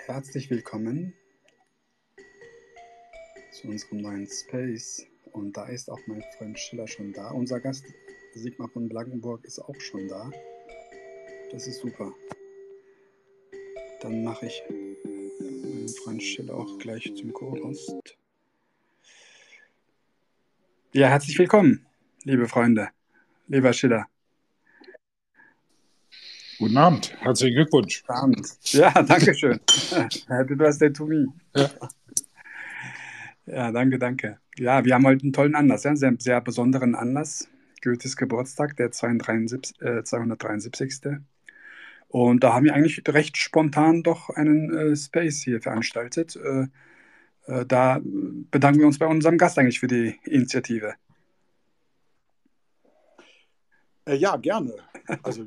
Herzlich willkommen zu unserem neuen Space. Und da ist auch mein Freund Schiller schon da. Unser Gast Sigmar von Blankenburg ist auch schon da. Das ist super. Dann mache ich meinen Freund Schiller auch gleich zum Co-Host. Ja, herzlich willkommen, liebe Freunde, lieber Schiller. Guten Abend, herzlichen Glückwunsch. Guten Abend. Ja, danke schön. Happy Birthday to me. Ja. Ja, danke, danke. Ja, wir haben heute einen tollen Anlass, ja, einen sehr, sehr besonderen Anlass. Goethes Geburtstag, der 273. Und da haben wir eigentlich recht spontan doch einen Space hier veranstaltet. Da bedanken wir uns bei unserem Gast eigentlich für die Initiative. Ja, gerne. Also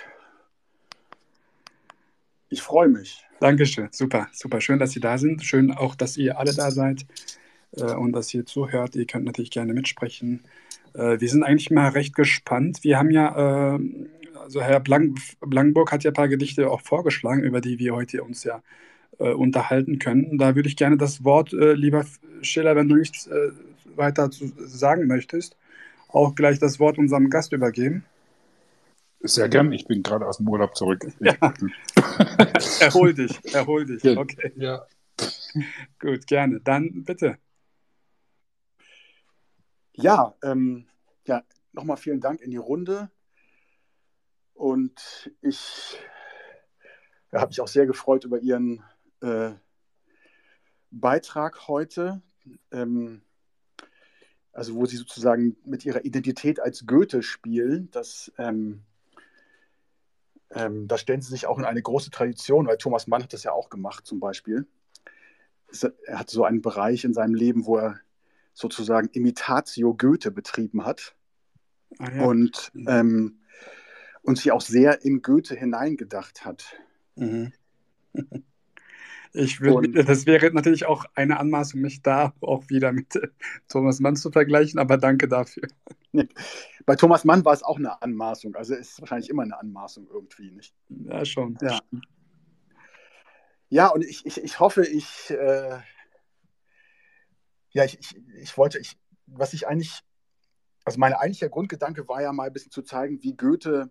ich freue mich. Dankeschön, super, super. Schön, dass Sie da sind. Schön auch, dass ihr alle da seid und dass ihr zuhört. Ihr könnt natürlich gerne mitsprechen. Wir sind eigentlich mal recht gespannt. Wir haben ja, also Herr Blankenburg hat ja ein paar Gedichte auch vorgeschlagen, über die wir heute uns ja unterhalten können. Da würde ich gerne das Wort, lieber Schiller, wenn du nichts weiter zu sagen möchtest, auch gleich das Wort unserem Gast übergeben. Sehr gern, ich bin gerade aus dem Urlaub zurück. Ja. Erhol dich. Ja. Okay. Ja. Gut, gerne. Dann bitte. Ja, nochmal vielen Dank in die Runde. Und ich habe mich auch sehr gefreut über Ihren Beitrag heute. Also wo Sie sozusagen mit Ihrer Identität als Goethe spielen. Da stellen Sie sich auch in eine große Tradition, weil Thomas Mann hat das ja auch gemacht zum Beispiel. Er hat so einen Bereich in seinem Leben, wo er sozusagen Imitatio Goethe betrieben hat. Ah, ja. Und sich auch sehr in Goethe hineingedacht hat. Mhm. Das wäre natürlich auch eine Anmaßung, mich da auch wieder mit Thomas Mann zu vergleichen, aber danke dafür. Bei Thomas Mann war es auch eine Anmaßung. Also es ist wahrscheinlich immer eine Anmaßung irgendwie, nicht? Ja, schon. Ja, ja, und ich hoffe, also mein eigentlicher Grundgedanke war ja mal ein bisschen zu zeigen, wie Goethe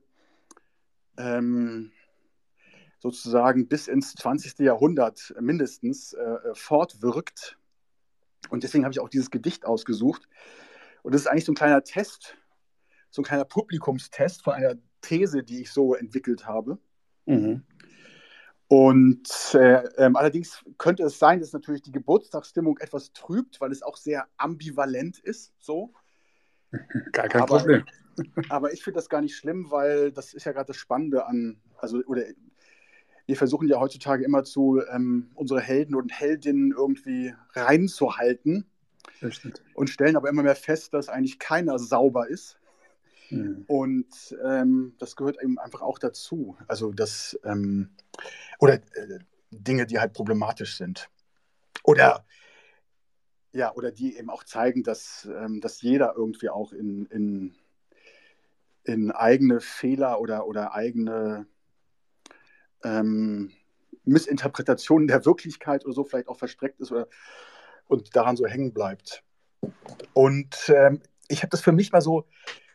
sozusagen bis ins 20. Jahrhundert mindestens fortwirkt. Und deswegen habe ich auch dieses Gedicht ausgesucht. Und das ist eigentlich so ein kleiner Test, so ein kleiner Publikumstest von einer These, die ich so entwickelt habe. Mhm. Und allerdings könnte es sein, dass natürlich die Geburtstagsstimmung etwas trübt, weil es auch sehr ambivalent ist. So. Gar kein Problem. Aber ich finde das gar nicht schlimm, weil das ist ja gerade das Spannende wir versuchen ja heutzutage immer unsere Helden und Heldinnen irgendwie reinzuhalten. Und stellen aber immer mehr fest, dass eigentlich keiner sauber ist. Mhm. Und das gehört eben einfach auch dazu. Also Dinge, die halt problematisch sind. Oder die eben auch zeigen, dass jeder irgendwie auch in eigene Fehler oder eigene Missinterpretationen der Wirklichkeit oder so vielleicht auch verstreckt ist und daran so hängen bleibt. Und ich habe das für mich mal so,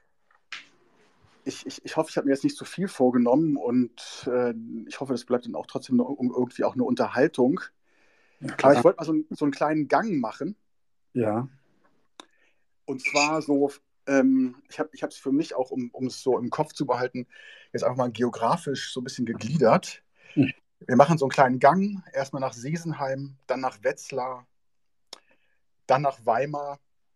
ich hoffe, ich habe mir jetzt nicht zu viel vorgenommen und ich hoffe, das bleibt dann auch trotzdem irgendwie auch eine Unterhaltung. Ja, aber ich wollte mal so einen kleinen Gang machen. Ja. Und zwar so, ich habe es für mich auch, um es so im Kopf zu behalten, jetzt einfach mal geografisch so ein bisschen gegliedert. Mhm. Wir machen so einen kleinen Gang, erstmal nach Sesenheim, dann nach Wetzlar, dann nach Weimar,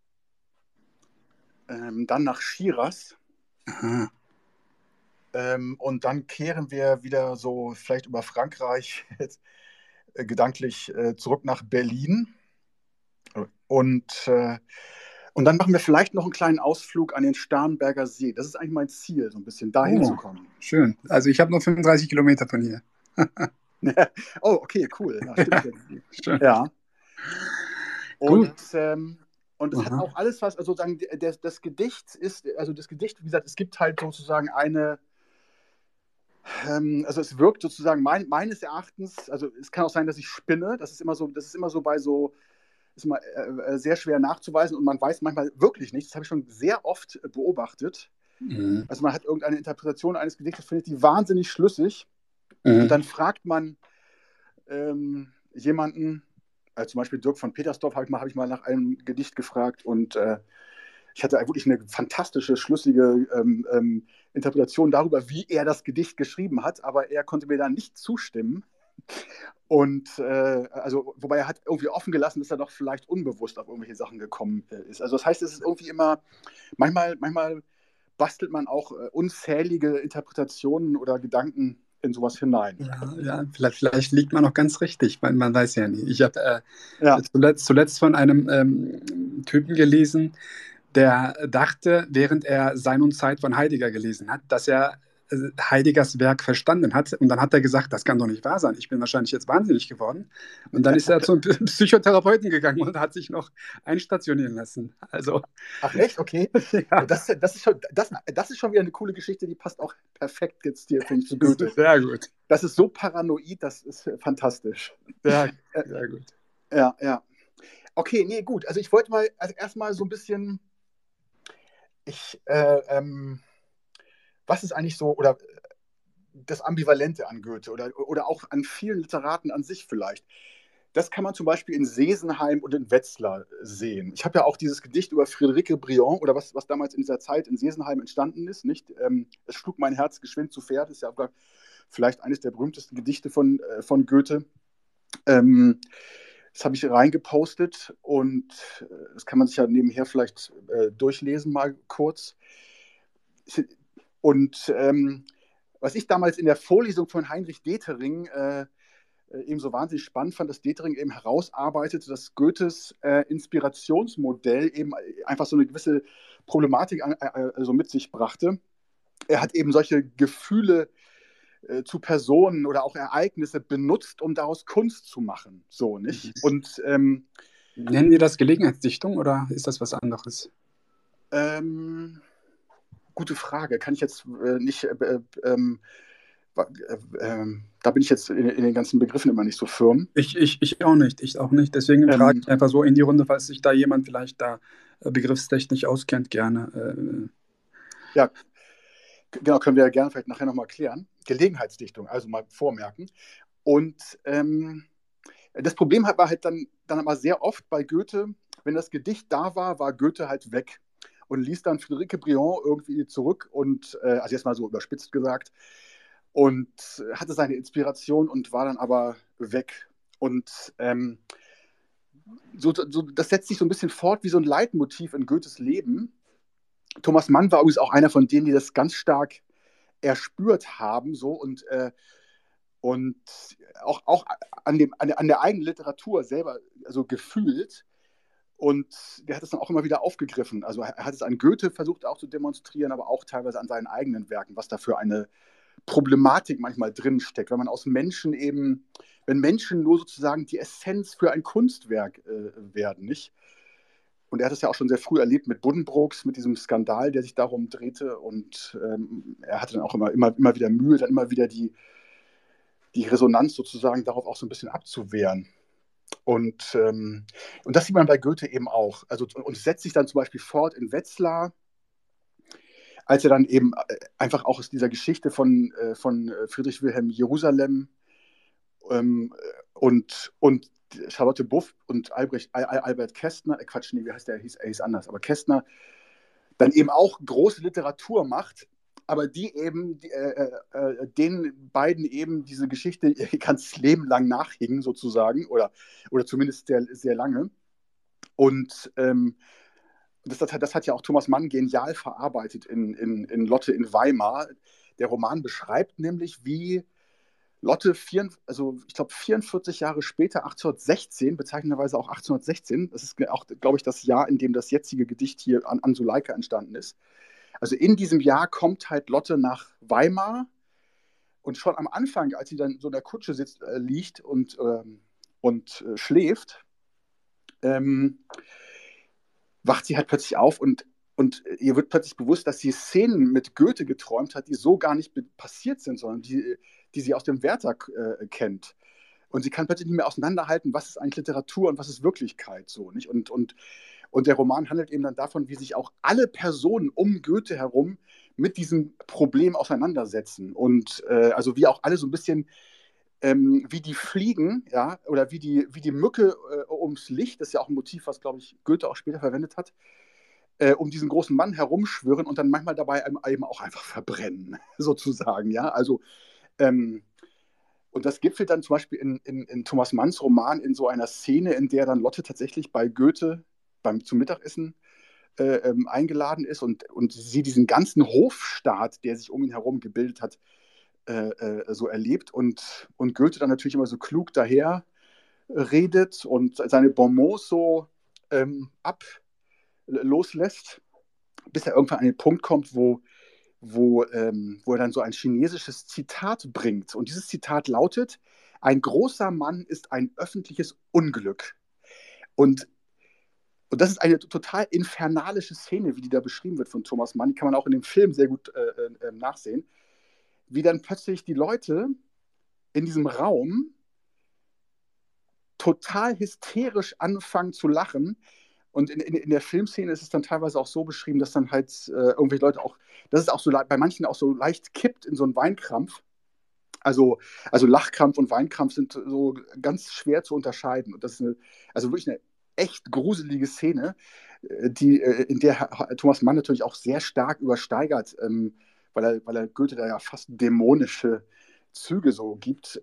dann nach Schiras. Aha. Und dann kehren wir wieder so vielleicht über Frankreich gedanklich zurück nach Berlin. Und dann machen wir vielleicht noch einen kleinen Ausflug an den Starnberger See. Das ist eigentlich mein Ziel, so ein bisschen dahin zu kommen. Schön. Also ich habe noch 35 Kilometer von hier. Oh, okay, cool. Ja, stimmt. Schön. Ja. Und das hat auch alles was, also sozusagen das Gedicht ist, also das Gedicht, wie gesagt, es gibt halt sozusagen eine Also es wirkt sozusagen meines Erachtens, also es kann auch sein, dass ich spinne, das ist immer so bei so, ist immer sehr schwer nachzuweisen und man weiß manchmal wirklich nichts. Das habe ich schon sehr oft beobachtet. Mhm. Also man hat irgendeine Interpretation eines Gedichtes, findet die wahnsinnig schlüssig und Mhm. dann fragt man jemanden, zum Beispiel Dirk von Petersdorf habe ich mal nach einem Gedicht gefragt und ich hatte wirklich eine fantastische, schlüssige Interpretation darüber, wie er das Gedicht geschrieben hat, aber er konnte mir da nicht zustimmen. Und also, wobei er hat irgendwie offen gelassen, dass er doch vielleicht unbewusst auf irgendwelche Sachen gekommen ist. Also das heißt, es ist irgendwie immer, manchmal bastelt man auch unzählige Interpretationen oder Gedanken in sowas hinein. Ja, ja, vielleicht liegt man auch ganz richtig, man weiß ja nie. Ich habe Ja, zuletzt von einem Typen gelesen, der dachte, während er Sein und Zeit von Heidegger gelesen hat, dass er Heideggers Werk verstanden hat. Und dann hat er gesagt, das kann doch nicht wahr sein. Ich bin wahrscheinlich jetzt wahnsinnig geworden. Und dann ist er zum Psychotherapeuten gegangen und hat sich noch einstationieren lassen. Also, ach echt? Okay. ja, Das ist schon wieder eine coole Geschichte, die passt auch perfekt jetzt hier, finde ich, zu Goethe. sehr gut. Das ist so paranoid, das ist fantastisch. Sehr, Äh, sehr gut. ja, ja. Okay, nee, gut. Also ich wollte mal also erstmal so ein bisschen, ich, was ist eigentlich so, oder das Ambivalente an Goethe oder auch an vielen Literaten an sich vielleicht. Das kann man zum Beispiel in Sesenheim und in Wetzlar sehen. Ich habe ja auch dieses Gedicht über Friederike Briand oder was damals in dieser Zeit in Sesenheim entstanden ist. Nicht? Es schlug mein Herz geschwind zu Pferd, ist ja vielleicht eines der berühmtesten Gedichte von Goethe. Das habe ich reingepostet und das kann man sich ja nebenher vielleicht durchlesen, mal kurz. Und was ich damals in der Vorlesung von Heinrich Detering eben so wahnsinnig spannend fand, dass Detering eben herausarbeitete, dass Goethes Inspirationsmodell eben einfach so eine gewisse Problematik also mit sich brachte. Er hat eben solche Gefühle zu Personen oder auch Ereignisse benutzt, um daraus Kunst zu machen. So, nicht? Und Nennen wir das Gelegenheitsdichtung oder ist das was anderes? ähm, gute Frage. Kann ich jetzt nicht. Da bin ich jetzt in den ganzen Begriffen immer nicht so firm. Ich auch nicht, ich auch nicht. Deswegen frage Ähm, ich einfach so in die Runde, falls sich da jemand vielleicht da begriffstechnisch auskennt, gerne. ja, genau, können wir ja gerne vielleicht nachher nochmal klären. Gelegenheitsdichtung, also mal vormerken. Und das Problem war halt dann aber sehr oft bei Goethe, wenn das Gedicht da war, war Goethe halt weg und ließ dann Friederike Briand irgendwie zurück und, also jetzt mal so überspitzt gesagt, und hatte seine Inspiration und war dann aber weg. Und das setzt sich so ein bisschen fort wie so ein Leitmotiv in Goethes Leben. Thomas Mann war übrigens auch einer von denen, die das ganz stark erspürt haben so und auch an der eigenen Literatur selber also gefühlt. Und der hat es dann auch immer wieder aufgegriffen. Also er hat es an Goethe versucht auch zu demonstrieren, aber auch teilweise an seinen eigenen Werken, was da für eine Problematik manchmal drin steckt, wenn man aus Menschen eben, wenn Menschen nur sozusagen die Essenz für ein Kunstwerk werden, nicht? Und er hat es ja auch schon sehr früh erlebt mit Buddenbrooks, mit diesem Skandal, der sich darum drehte. Und er hatte dann auch immer wieder Mühe, dann immer wieder die Resonanz sozusagen darauf auch so ein bisschen abzuwehren. Und das sieht man bei Goethe eben auch. Also, und es setzt sich dann zum Beispiel fort in Wetzlar, als er dann eben einfach auch aus dieser Geschichte von Friedrich Wilhelm Jerusalem und Charlotte Buff und Albert Kästner, Quatsch, nee, wie heißt der? Er hieß anders, aber Kästner, dann eben auch große Literatur macht, aber den beiden eben diese Geschichte ihr ganzes Leben lang nachhing, sozusagen, oder zumindest sehr, sehr lange. Und das hat ja auch Thomas Mann genial verarbeitet in Lotte in Weimar. Der Roman beschreibt nämlich, wie Lotte, also ich glaube 44 Jahre später, 1816, bezeichnenderweise auch 1816, das ist auch, glaube ich, das Jahr, in dem das jetzige Gedicht hier an Suleika entstanden ist. Also in diesem Jahr kommt halt Lotte nach Weimar und schon am Anfang, als sie dann so in der Kutsche sitzt, liegt und schläft, ähm, wacht sie halt plötzlich auf und Und ihr wird plötzlich bewusst, dass sie Szenen mit Goethe geträumt hat, die so gar nicht passiert sind, sondern die sie aus dem Werther kennt. Und sie kann plötzlich nicht mehr auseinanderhalten, was ist eigentlich Literatur und was ist Wirklichkeit so, nicht? Und der Roman handelt eben dann davon, wie sich auch alle Personen um Goethe herum mit diesem Problem auseinandersetzen. Und also wie auch alle so ein bisschen wie die Fliegen, ja, oder wie die Mücke ums Licht, das ist ja auch ein Motiv, was, glaube ich, Goethe auch später verwendet hat, um diesen großen Mann herumschwirren und dann manchmal dabei eben auch einfach verbrennen, sozusagen, ja. Also, ähm, und das gipfelt dann zum Beispiel in Thomas Manns Roman in so einer Szene, in der dann Lotte tatsächlich bei Goethe zum Mittagessen eingeladen ist und sie diesen ganzen Hofstaat, der sich um ihn herum gebildet hat, so erlebt und Goethe dann natürlich immer so klug daher redet und seine Bonmots so loslässt, bis er irgendwann an den Punkt kommt, wo er dann so ein chinesisches Zitat bringt. Und dieses Zitat lautet: Ein großer Mann ist ein öffentliches Unglück. Und, und das ist eine total infernalische Szene, wie die da beschrieben wird von Thomas Mann. Die kann man auch in dem Film sehr gut nachsehen. Wie dann plötzlich die Leute in diesem Raum total hysterisch anfangen zu lachen. Und in der Filmszene ist es dann teilweise auch so beschrieben, dass dann halt irgendwelche Leute auch, dass es auch so bei manchen auch so leicht kippt in so einen Weinkrampf. Also Lachkrampf und Weinkrampf sind so ganz schwer zu unterscheiden. Und das ist also wirklich eine echt gruselige Szene, in der Thomas Mann natürlich auch sehr stark übersteigert, weil er Goethe da ja fast dämonische Züge so gibt.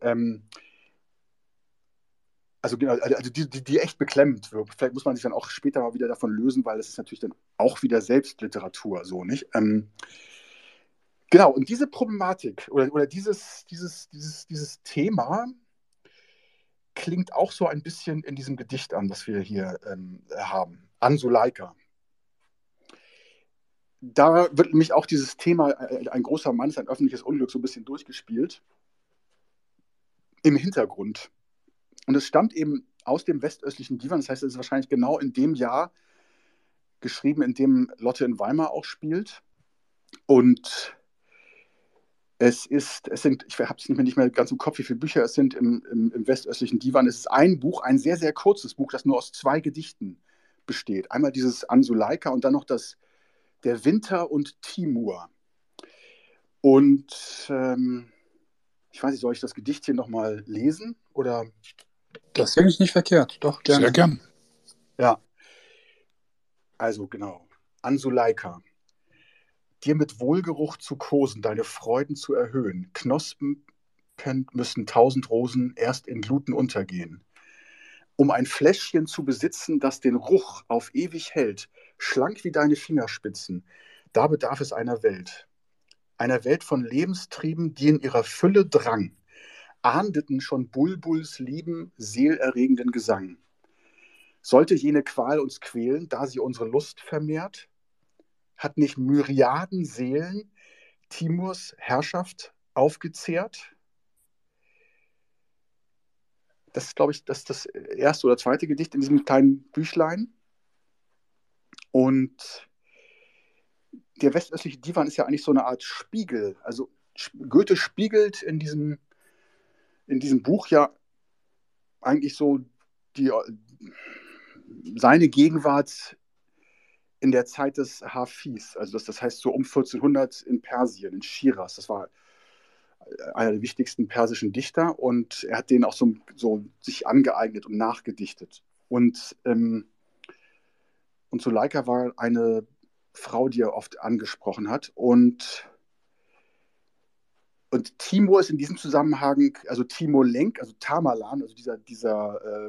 Also genau, also die echt beklemmend wirkt. Vielleicht muss man sich dann auch später mal wieder davon lösen, weil es ist natürlich dann auch wieder Selbstliteratur, so, nicht? Genau, und diese Problematik oder dieses Thema klingt auch so ein bisschen in diesem Gedicht an, das wir hier haben. An Suleika. Da wird nämlich auch dieses Thema, ein großer Mann ist ein öffentliches Unglück, so ein bisschen durchgespielt im Hintergrund. Und es stammt eben aus dem westöstlichen Divan, das heißt, es ist wahrscheinlich genau in dem Jahr geschrieben, in dem Lotte in Weimar auch spielt. Und es sind, ich habe es nicht mehr ganz im Kopf, wie viele Bücher es sind im westöstlichen Divan. Es ist ein Buch, ein sehr, sehr kurzes Buch, das nur aus 2 Gedichten besteht. Einmal dieses An Suleika und dann noch Der Winter und Timur. Und ich weiß nicht, soll ich das Gedicht hier nochmal lesen? Oder? Das ist eigentlich nicht verkehrt, doch, gerne. Sehr gern. Ja. Also genau. An Suleika. Dir mit Wohlgeruch zu kosen, deine Freuden zu erhöhen. Knospen müssen 1000 Rosen erst in Gluten untergehen. Um ein Fläschchen zu besitzen, das den Ruch auf ewig hält, schlank wie deine Fingerspitzen, da bedarf es einer Welt. Einer Welt von Lebenstrieben, die in ihrer Fülle drang, ahndeten schon Bulbuls lieben, seelerregenden Gesang. Sollte jene Qual uns quälen, da sie unsere Lust vermehrt? Hat nicht Myriaden Seelen Timurs Herrschaft aufgezehrt? Das ist, glaube ich, das erste oder zweite Gedicht in diesem kleinen Büchlein. Und der westöstliche Divan ist ja eigentlich so eine Art Spiegel. Also Goethe spiegelt in diesem Buch ja eigentlich so seine Gegenwart in der Zeit des Hafiz. Also das heißt so um 1400 in Persien, in Schiras. Das war einer der wichtigsten persischen Dichter und er hat den auch so sich angeeignet und nachgedichtet. Und Suleika war eine Frau, die er oft angesprochen hat. Und Timur ist in diesem Zusammenhang, also Timur Lenk, also Tamerlan, also dieser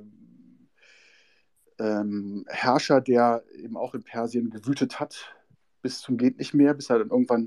Herrscher, der eben auch in Persien gewütet hat, bis zum geht nicht mehr, bis er dann irgendwann,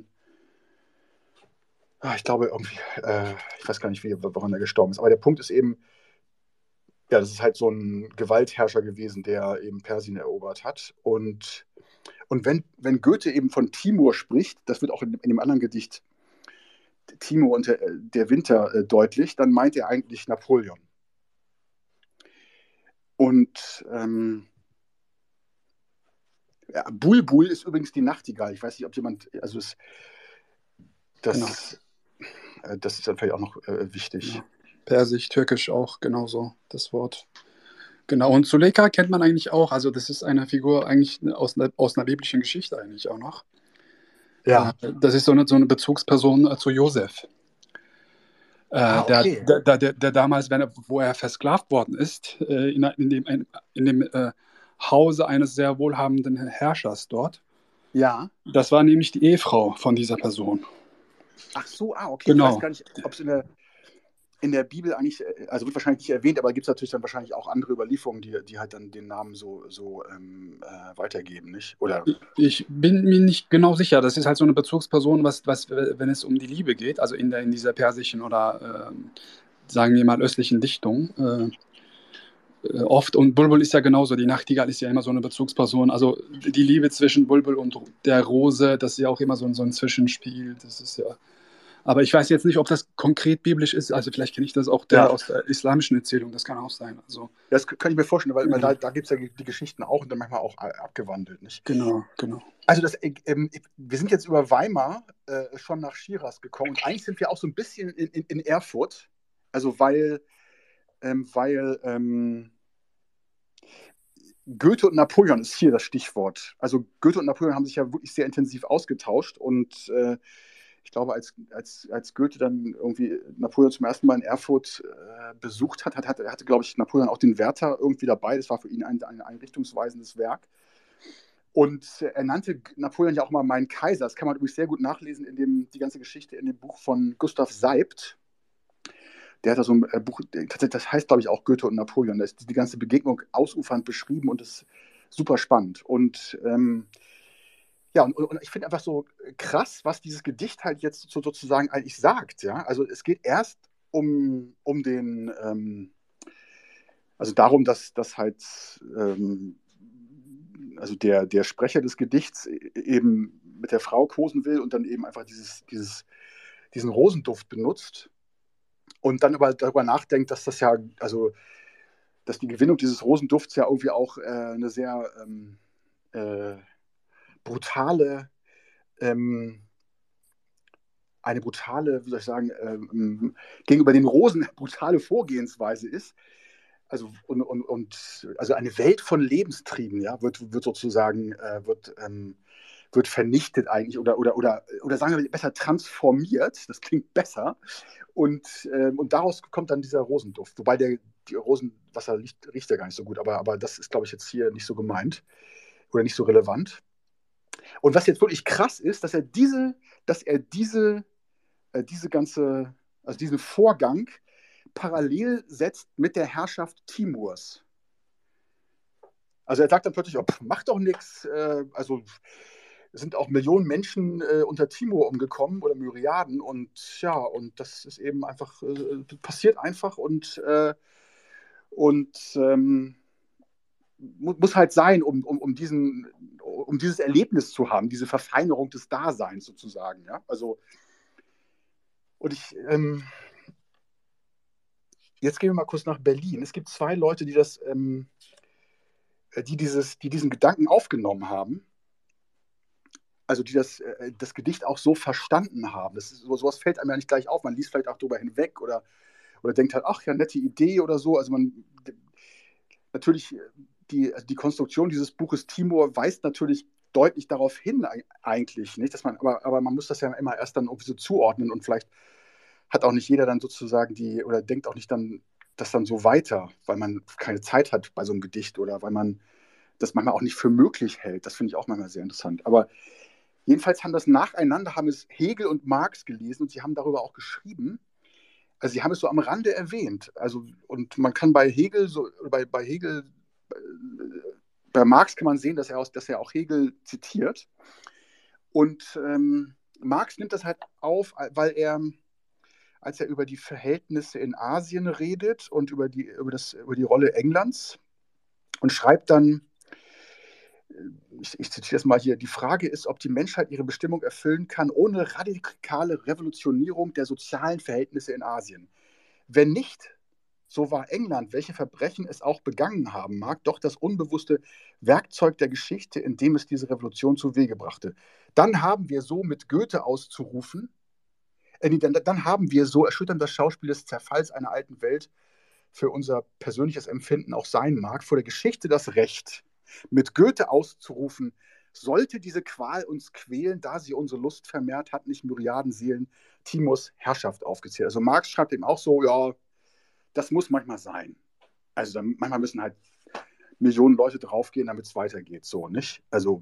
ich glaube irgendwie, ich weiß gar nicht, woran er gestorben ist. Aber der Punkt ist eben, ja, das ist halt so ein Gewaltherrscher gewesen, der eben Persien erobert hat. Und wenn Goethe eben von Timur spricht, das wird auch in dem anderen Gedicht Timur und der Winter deutlich, dann meint er eigentlich Napoleon. Und Bulbul ist übrigens die Nachtigall. Ich weiß nicht, ob jemand, also Genau. das ist dann vielleicht auch noch wichtig. Ja. Persisch, Türkisch auch genauso das Wort. Genau, und Suleika kennt man eigentlich auch. Also das ist eine Figur eigentlich aus einer biblischen Geschichte eigentlich auch noch. Ja. Das ist so eine Bezugsperson zu Josef. Okay. Der damals, wo er versklavt worden ist, in dem Hause eines sehr wohlhabenden Herrschers dort. Ja. Das war nämlich die Ehefrau von dieser Person. Ach so, okay. Genau. Ich weiß gar nicht, ob es in der Bibel eigentlich, also wird wahrscheinlich nicht erwähnt, aber gibt es natürlich dann wahrscheinlich auch andere Überlieferungen, die halt dann den Namen so weitergeben, nicht? Oder? Ich bin mir nicht genau sicher. Das ist halt so eine Bezugsperson, was wenn es um die Liebe geht, also in dieser persischen oder sagen wir mal östlichen Dichtung, oft. Und Bulbul ist ja genauso. Die Nachtigall ist ja immer so eine Bezugsperson. Also die Liebe zwischen Bulbul und der Rose, das ist ja auch immer so ein Zwischenspiel. Das ist ja. Aber ich weiß jetzt nicht, ob das konkret biblisch ist. Also vielleicht kenne ich das auch aus der islamischen Erzählung. Das kann auch sein. Also, das kann ich mir vorstellen, weil da gibt es ja die Geschichten auch und dann manchmal auch abgewandelt, nicht? Genau. Also wir sind jetzt über Weimar schon nach Schiras gekommen und eigentlich sind wir auch so ein bisschen in Erfurt. Also weil Goethe und Napoleon ist hier das Stichwort. Also Goethe und Napoleon haben sich ja wirklich sehr intensiv ausgetauscht und ich glaube, als Goethe dann irgendwie Napoleon zum ersten Mal in Erfurt besucht hat, hatte, glaube ich, Napoleon auch den Werther irgendwie dabei. Das war für ihn ein richtungsweisendes Werk. Und er nannte Napoleon ja auch mal meinen Kaiser. Das kann man übrigens sehr gut nachlesen die ganze Geschichte in dem Buch von Gustav Seibt. Der hat da so ein Buch, das heißt, glaube ich, auch Goethe und Napoleon. Da ist die ganze Begegnung ausufernd beschrieben und ist super spannend. Und und ich finde einfach so krass, was dieses Gedicht halt jetzt sozusagen eigentlich sagt. Ja? Also es geht erst um den, also darum, dass halt also der Sprecher des Gedichts eben mit der Frau kosen will und dann eben einfach diesen Rosenduft benutzt und dann aber darüber nachdenkt, dass das ja, also dass die Gewinnung dieses Rosendufts ja irgendwie auch eine sehr brutale, wie soll ich sagen, gegenüber den Rosen brutale Vorgehensweise ist. Also also eine Welt von Lebenstrieben, ja, wird sozusagen wird vernichtet eigentlich oder sagen wir besser transformiert. Das klingt besser. Und daraus kommt dann dieser Rosenduft. Wobei die Rosenwasser riecht ja gar nicht so gut, aber das ist, glaube ich, jetzt hier nicht so gemeint oder nicht so relevant. Und was jetzt wirklich krass ist, dass er diese ganze, also diesen Vorgang parallel setzt mit der Herrschaft Timurs. Also er sagt dann plötzlich, macht doch nichts, also es sind auch Millionen Menschen unter Timur umgekommen oder Myriaden und das ist eben einfach, passiert einfach und muss halt sein, um dieses Erlebnis zu haben, diese Verfeinerung des Daseins sozusagen. Ja? Also, und jetzt gehen wir mal kurz nach Berlin. Es gibt zwei Leute, die diesen Gedanken aufgenommen haben, also die das Gedicht auch so verstanden haben. Sowas fällt einem ja nicht gleich auf. Man liest vielleicht auch darüber hinweg oder denkt halt, ach ja, nette Idee oder so. Also natürlich, die Konstruktion dieses Buches Timur weist natürlich deutlich darauf hin eigentlich, nicht, dass aber man muss das ja immer erst dann irgendwie so zuordnen und vielleicht hat auch nicht jeder dann sozusagen oder denkt auch nicht dann das dann so weiter, weil man keine Zeit hat bei so einem Gedicht oder weil man das manchmal auch nicht für möglich hält. Das finde ich auch manchmal sehr interessant. Aber jedenfalls haben es Hegel und Marx gelesen und sie haben darüber auch geschrieben. Also sie haben es so am Rande erwähnt. Also, und man kann bei Hegel, bei Marx kann man sehen, dass er auch Hegel zitiert. Und Marx nimmt das halt auf, weil als er über die Verhältnisse in Asien redet und über die Rolle Englands und schreibt dann, ich zitiere das mal hier, die Frage ist, ob die Menschheit ihre Bestimmung erfüllen kann ohne radikale Revolutionierung der sozialen Verhältnisse in Asien. Wenn nicht, so war England, welche Verbrechen es auch begangen haben mag, doch das unbewusste Werkzeug der Geschichte, in dem es diese Revolution zu Wege brachte. Dann haben wir so mit Goethe auszurufen, dann haben wir so erschütternd das Schauspiel des Zerfalls einer alten Welt für unser persönliches Empfinden auch sein mag, vor der Geschichte das Recht, mit Goethe auszurufen, sollte diese Qual uns quälen, da sie unsere Lust vermehrt, hat nicht Myriaden Seelen Timos Herrschaft aufgezählt. Also Marx schreibt eben auch so, ja, das muss manchmal sein. Also manchmal müssen halt Millionen Leute draufgehen, damit es weitergeht, so, nicht? Also,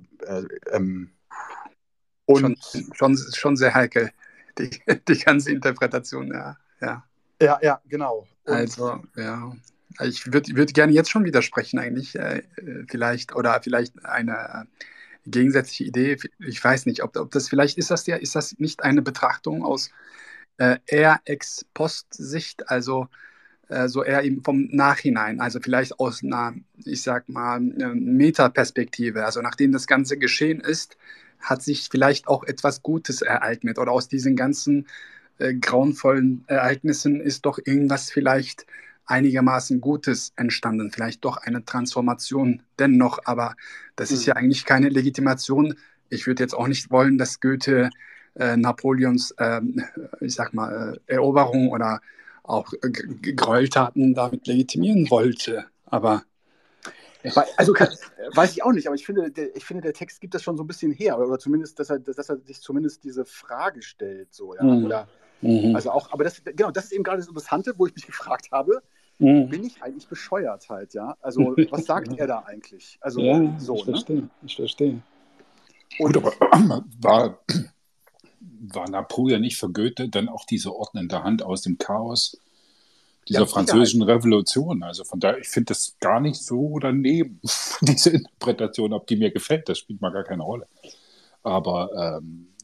Schon, und schon sehr heikel, die ganze Interpretation, ja. ja, genau. Und Also, ja. Ich würd gerne jetzt schon widersprechen, eigentlich, vielleicht, oder vielleicht eine gegensätzliche Idee. Ich weiß nicht, ob das vielleicht ist ist das nicht eine Betrachtung aus eher Ex-Post-Sicht, also so eher eben vom Nachhinein, also vielleicht aus einer, ich sag mal, Metaperspektive. Also nachdem das Ganze geschehen ist, hat sich vielleicht auch etwas Gutes ereignet, oder aus diesen ganzen grauenvollen Ereignissen ist doch irgendwas vielleicht einigermaßen Gutes entstanden, vielleicht doch eine Transformation dennoch, aber das ist ja eigentlich keine Legitimation. Ich würde jetzt auch nicht wollen, dass Goethe Napoleons, ich sag mal, Eroberung oder auch Gräueltaten damit legitimieren wollte. Aber also weiß ich auch nicht, aber ich finde, der Text gibt das schon so ein bisschen her, oder zumindest, dass er sich zumindest diese Frage stellt, so, ja. Oder also auch, aber genau, das ist eben gerade das Interessante, wo ich mich gefragt habe, bin ich eigentlich bescheuert halt, ja? Also, was sagt er da eigentlich? Also, ja, so, ich verstehe. Gut, Und aber war Napoleon nicht für Goethe dann auch diese ordnende Hand aus dem Chaos dieser ja, mit Sicherheit. französischen Revolution? Also von daher, ich finde das gar nicht so daneben, diese Interpretation, ob die mir gefällt, das spielt mal gar keine Rolle. Aber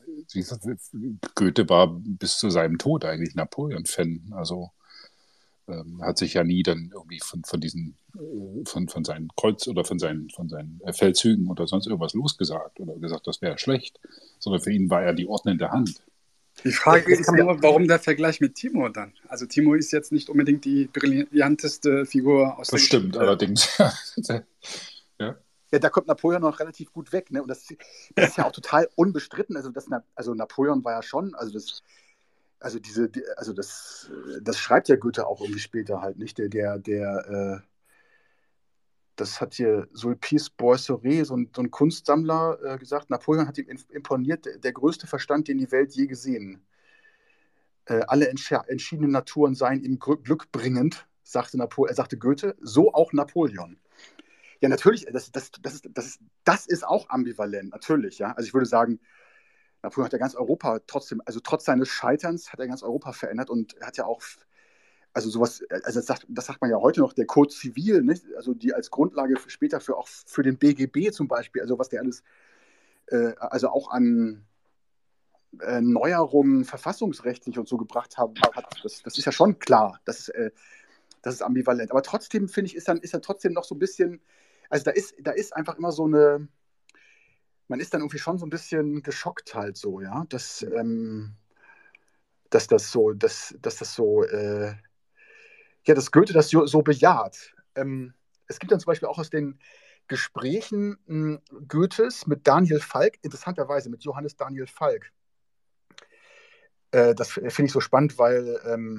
Goethe war bis zu seinem Tod eigentlich Napoleon-Fan. Also hat sich ja nie dann irgendwie von seinen Kreuz oder von seinen Feldzügen oder sonst irgendwas losgesagt oder gesagt, das wäre schlecht, sondern für ihn war er die ordnende Hand. Die Frage ist nur, warum der Vergleich mit Timo dann? Also Timo ist jetzt nicht unbedingt die brillanteste Figur aus Das der stimmt Geschichte. allerdings. Ja. Ja, da kommt Napoleon noch relativ gut weg, ne? Und das ist ja auch total unbestritten. Also Napoleon war ja schon, das schreibt ja Goethe auch irgendwie später halt nicht. Das hat hier Sulpice Boisseret, so ein Kunstsammler, gesagt. Napoleon hat ihm imponiert, der größte Verstand, den die Welt je gesehen. Alle entschiedenen Naturen seien ihm glückbringend, sagte Goethe, so auch Napoleon. Ja, natürlich, das ist auch ambivalent, natürlich, ja. Also ich würde sagen, Napoleon hat ja ganz Europa trotzdem, also trotz seines Scheiterns hat er ganz Europa verändert und hat ja auch, also sowas, also das sagt man ja heute noch, der Code Civil, nicht? Also die als Grundlage später auch für den BGB zum Beispiel, also was der alles, also auch an Neuerungen verfassungsrechtlich und so gebracht hat, das ist ja schon klar, das ist ambivalent. Aber trotzdem, finde ich, ist dann trotzdem noch so ein bisschen, also da ist einfach immer so eine, man ist dann irgendwie schon so ein bisschen geschockt halt so, ja, dass das so, ja, dass Goethe das so bejaht. Es gibt dann zum Beispiel auch aus den Gesprächen Goethes mit Daniel Falk, interessanterweise mit Johannes Daniel Falk. Das finde ich so spannend, weil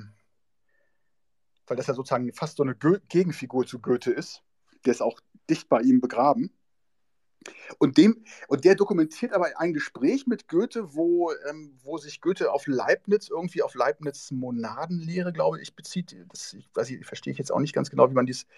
das ja sozusagen fast so eine Gegenfigur zu Goethe ist. Der ist auch dicht bei ihm begraben. Und der dokumentiert aber ein Gespräch mit Goethe, wo sich Goethe auf Leibniz Monadenlehre, glaube ich, bezieht. Verstehe ich jetzt auch nicht ganz genau,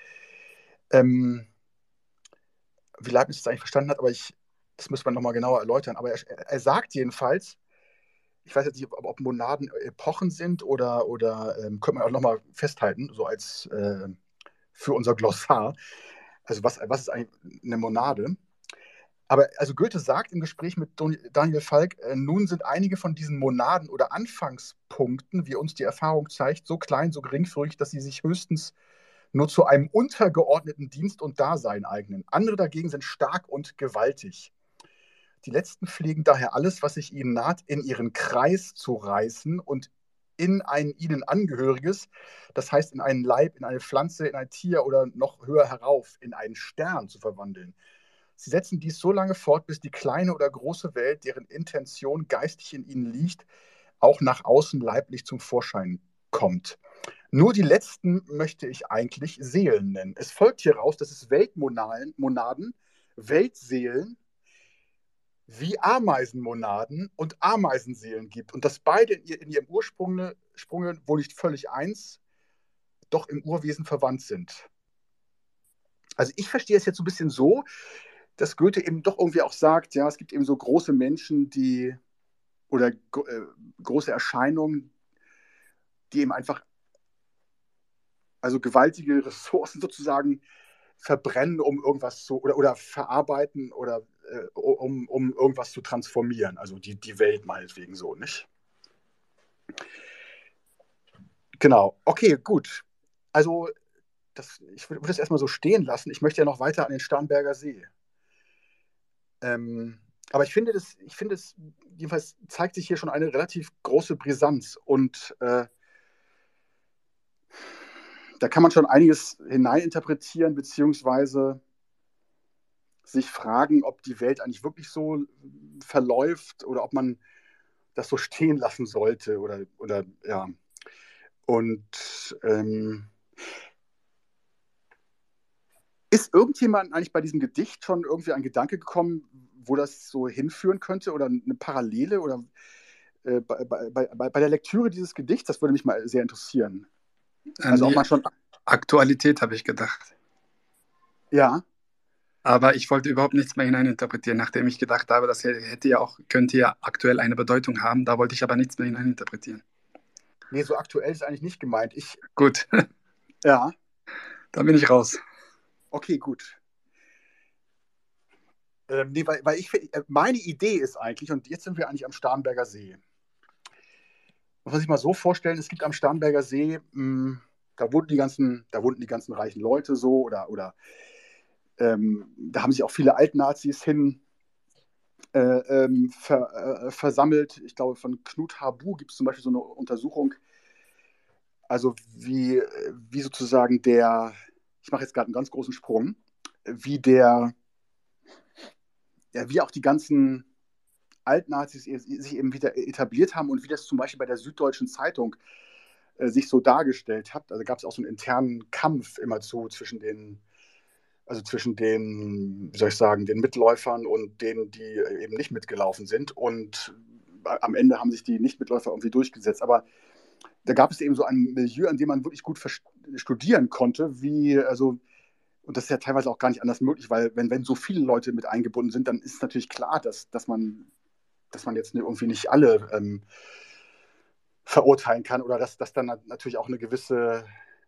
wie Leibniz das eigentlich verstanden hat, aber das müsste man nochmal genauer erläutern. Aber er sagt jedenfalls, ich weiß jetzt nicht, ob Monaden Epochen sind oder könnte man auch nochmal festhalten, so als für unser Glossar. Also was ist eigentlich eine Monade? Aber also Goethe sagt im Gespräch mit Daniel Falk, nun sind einige von diesen Monaden oder Anfangspunkten, wie uns die Erfahrung zeigt, so klein, so geringfügig, dass sie sich höchstens nur zu einem untergeordneten Dienst und Dasein eignen. Andere dagegen sind stark und gewaltig. Die letzten pflegen daher alles, was sich ihnen naht, in ihren Kreis zu reißen und in ein ihnen angehöriges, das heißt in einen Leib, in eine Pflanze, in ein Tier oder noch höher herauf, in einen Stern zu verwandeln. Sie setzen dies so lange fort, bis die kleine oder große Welt, deren Intention geistig in ihnen liegt, auch nach außen leiblich zum Vorschein kommt. Nur die letzten möchte ich eigentlich Seelen nennen. Es folgt hieraus, dass es Weltmonaden, Weltseelen wie Ameisenmonaden und Ameisenseelen gibt und dass beide in ihrem Ursprunge wohl nicht völlig eins, doch im Urwesen verwandt sind. Also ich verstehe es jetzt so ein bisschen so, dass Goethe eben doch irgendwie auch sagt, ja, es gibt eben so große Menschen, die oder große Erscheinungen, die eben einfach, also gewaltige Ressourcen sozusagen verbrennen, um irgendwas zu, oder verarbeiten oder um irgendwas zu transformieren. Also die Welt meinetwegen so, nicht? Genau. Okay, gut. Also ich würde das erstmal so stehen lassen. Ich möchte ja noch weiter an den Starnberger See. Aber ich finde es, jedenfalls zeigt sich hier schon eine relativ große Brisanz und da kann man schon einiges hineininterpretieren, beziehungsweise sich fragen, ob die Welt eigentlich wirklich so verläuft oder ob man das so stehen lassen sollte oder ja. Und ist irgendjemand eigentlich bei diesem Gedicht schon irgendwie ein Gedanke gekommen, wo das so hinführen könnte oder eine Parallele oder bei der Lektüre dieses Gedichts, das würde mich mal sehr interessieren. An Also ob die man schon, Aktualität habe ich gedacht. ja, Aber ich wollte überhaupt nichts mehr hineininterpretieren, nachdem ich gedacht habe, das hätte ja auch, könnte ja aktuell eine Bedeutung haben. Da wollte ich aber nichts mehr hineininterpretieren. nee, so aktuell ist eigentlich nicht gemeint. Gut, Ja, da bin ich raus. okay, gut. Nee, weil meine Idee ist eigentlich, und jetzt sind wir eigentlich am Starnberger See. Muss man sich mal so vorstellen, es gibt am Starnberger See, da wohnten die ganzen reichen Leute so oder da haben sich auch viele Altnazis hin versammelt. Ich glaube, von Knut Habu gibt es zum Beispiel so eine Untersuchung, also wie sozusagen ich mache jetzt gerade einen ganz großen Sprung, wie wie auch die ganzen Altnazis sich eben wieder etabliert haben und wie das zum Beispiel bei der Süddeutschen Zeitung sich so dargestellt hat. Also gab es auch so einen internen Kampf immerzu zwischen den, wie soll ich sagen, den Mitläufern und denen, die eben nicht mitgelaufen sind. Und am Ende haben sich die Nichtmitläufer irgendwie durchgesetzt. Aber da gab es eben so ein Milieu, an dem man wirklich gut studieren konnte, und das ist ja teilweise auch gar nicht anders möglich, weil wenn so viele Leute mit eingebunden sind, dann ist es natürlich klar, dass man jetzt irgendwie nicht alle verurteilen kann oder dass dann natürlich auch eine gewisse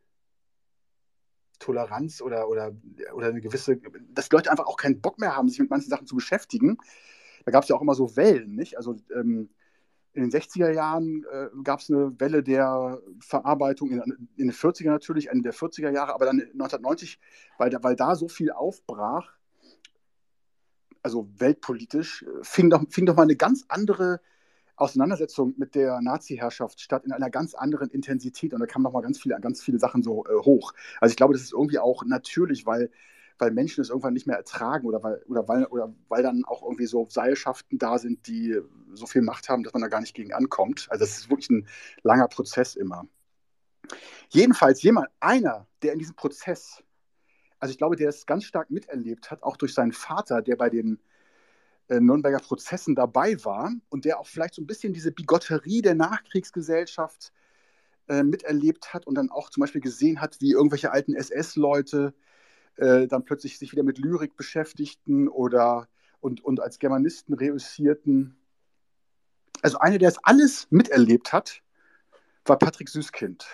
Toleranz oder eine gewisse, dass die Leute einfach auch keinen Bock mehr haben, sich mit manchen Sachen zu beschäftigen. Da gab es ja auch immer so Wellen, nicht? Also in den 60er Jahren gab es eine Welle der Verarbeitung, in den 40er natürlich, Ende der 40er Jahre, aber dann 1990, weil da so viel aufbrach, also weltpolitisch, fing doch mal eine ganz andere Auseinandersetzung mit der Nazi-Herrschaft statt in einer ganz anderen Intensität und da kamen noch mal ganz viele Sachen so hoch. Also ich glaube, das ist irgendwie auch natürlich, weil Menschen es irgendwann nicht mehr ertragen oder weil dann auch irgendwie so Seilschaften da sind, die so viel Macht haben, dass man da gar nicht gegen ankommt. Also das ist wirklich ein langer Prozess immer. Jedenfalls einer, der in diesem Prozess, also ich glaube, der es ganz stark miterlebt hat, auch durch seinen Vater, der bei den Nürnberger Prozessen dabei war und der auch vielleicht so ein bisschen diese Bigotterie der Nachkriegsgesellschaft miterlebt hat und dann auch zum Beispiel gesehen hat, wie irgendwelche alten SS-Leute dann plötzlich sich wieder mit Lyrik beschäftigten und als Germanisten reüssierten. Also einer, der es alles miterlebt hat, war Patrick Süskind.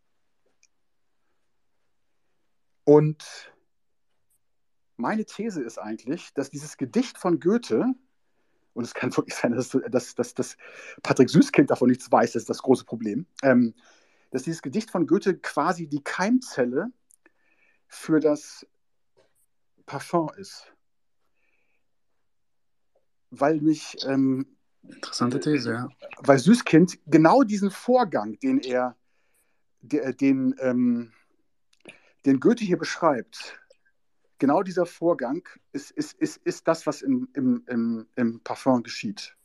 Und meine These ist eigentlich, dass dieses Gedicht von Goethe, und es kann wirklich sein, dass Patrick Süskind davon nichts weiß, das ist das große Problem, dass dieses Gedicht von Goethe quasi die Keimzelle für das Parfum ist. Weil mich Interessante These, ja. Weil Süßkind genau diesen Vorgang, den Goethe hier beschreibt, genau dieser Vorgang ist das, was im Parfum geschieht.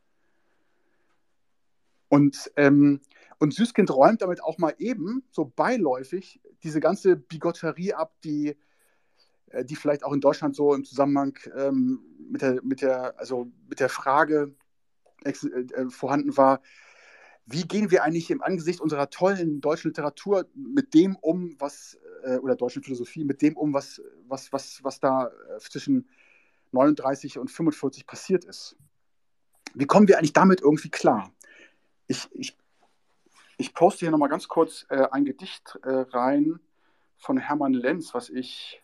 Und Süßkind räumt damit auch mal eben so beiläufig diese ganze Bigotterie ab, die vielleicht auch in Deutschland so im Zusammenhang mit der Frage vorhanden war, wie gehen wir eigentlich im Angesicht unserer tollen deutschen Literatur mit dem um, oder deutschen Philosophie, mit dem um, was da zwischen 39 und 45 passiert ist. Wie kommen wir eigentlich damit irgendwie klar? Ich poste hier nochmal ganz kurz ein Gedicht rein von Hermann Lenz, was ich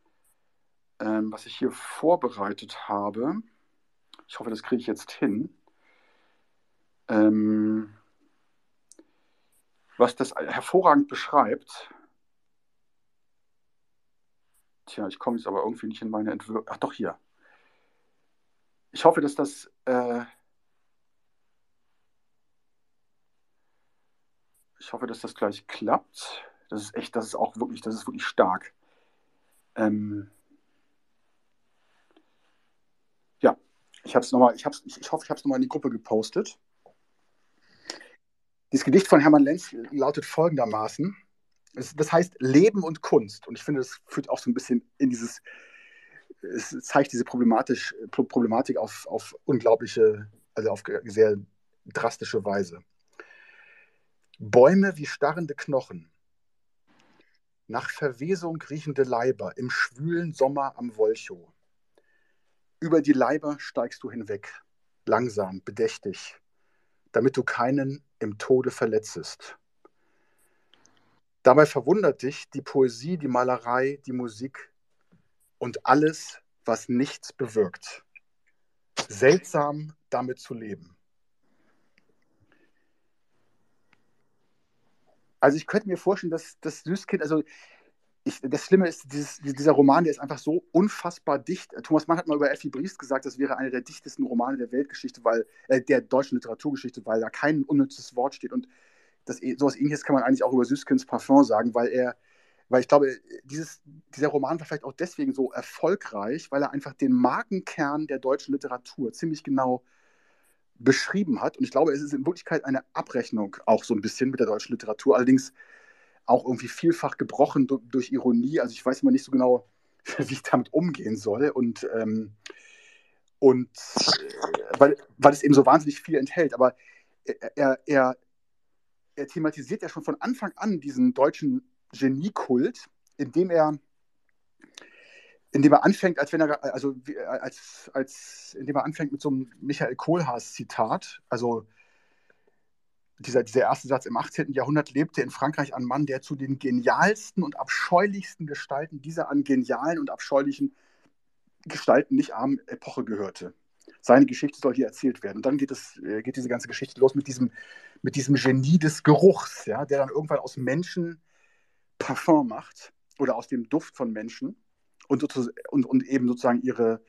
hier vorbereitet habe. Ich hoffe, das kriege ich jetzt hin. Was das hervorragend beschreibt. Tja, ich komme jetzt aber irgendwie nicht in meine Entwürfe. Ach doch, hier. Ich hoffe, dass das gleich klappt. Das ist wirklich stark. Ja, ich hoffe, ich habe es nochmal in die Gruppe gepostet. Dieses Gedicht von Hermann Lenz lautet folgendermaßen. Das heißt Leben und Kunst. Und ich finde, das führt auch so ein bisschen es zeigt diese Problematik auf unglaubliche, also auf sehr drastische Weise. Bäume wie starrende Knochen, nach Verwesung riechende Leiber im schwülen Sommer am Wolchow. Über die Leiber steigst du hinweg, langsam, bedächtig, damit du keinen im Tode verletzest. Dabei verwundert dich die Poesie, die Malerei, die Musik und alles, was nichts bewirkt. Seltsam, damit zu leben. Also ich könnte mir vorstellen, dass das Süßkind, das Schlimme ist, dieser Roman, der ist einfach so unfassbar dicht. Thomas Mann hat mal über Effi Briest gesagt, das wäre einer der dichtesten Romane der Weltgeschichte, der deutschen Literaturgeschichte, weil da kein unnützes Wort steht. Und sowas Ähnliches kann man eigentlich auch über Süßkinds Parfum sagen, weil ich glaube, dieser Roman war vielleicht auch deswegen so erfolgreich, weil er einfach den Markenkern der deutschen Literatur ziemlich genau beschrieben hat. Und ich glaube, es ist in Wirklichkeit eine Abrechnung auch so ein bisschen mit der deutschen Literatur, allerdings auch irgendwie vielfach gebrochen durch Ironie. Also ich weiß immer nicht so genau, wie ich damit umgehen soll. Weil es eben so wahnsinnig viel enthält. Aber er thematisiert ja schon von Anfang an diesen deutschen Geniekult, indem er anfängt, indem er anfängt mit so einem Michael Kohlhaas-Zitat. Also dieser erste Satz: Im 18. Jahrhundert lebte in Frankreich ein Mann, der zu den genialsten und abscheulichsten Gestalten dieser an genialen und abscheulichen Gestalten nicht armen Epoche gehörte. Seine Geschichte soll hier erzählt werden. Und dann geht diese ganze Geschichte los mit diesem Genie des Geruchs, ja, der dann irgendwann aus Menschen Parfum macht oder aus dem Duft von Menschen und eben sozusagen ihr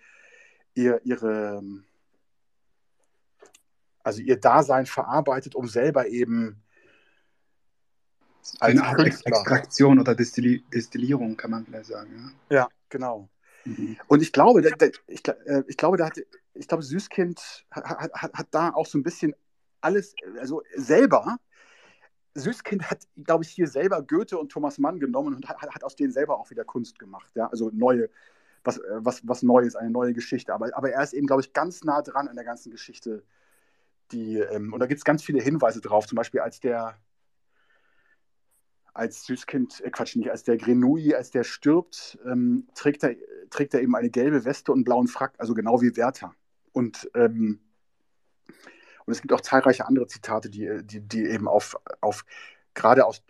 Dasein verarbeitet, um selber eben Eine Art Extraktion oder Destillierung, kann man vielleicht sagen. Ja, ja, genau. Mhm. Und ich glaube, Süßkind hat da auch so ein bisschen alles, also selber. Süßkind hat, glaube ich, hier selber Goethe und Thomas Mann genommen und hat aus denen selber auch wieder Kunst gemacht. Ja? Also was Neues, eine neue Geschichte. Aber er ist eben, glaube ich, ganz nah dran an der ganzen Geschichte. Und da gibt es ganz viele Hinweise drauf. Zum Beispiel als der Grenouille, als der stirbt, trägt er eben eine gelbe Weste und einen blauen Frack, also genau wie Werther. Und es gibt auch zahlreiche andere Zitate, die eben gerade auf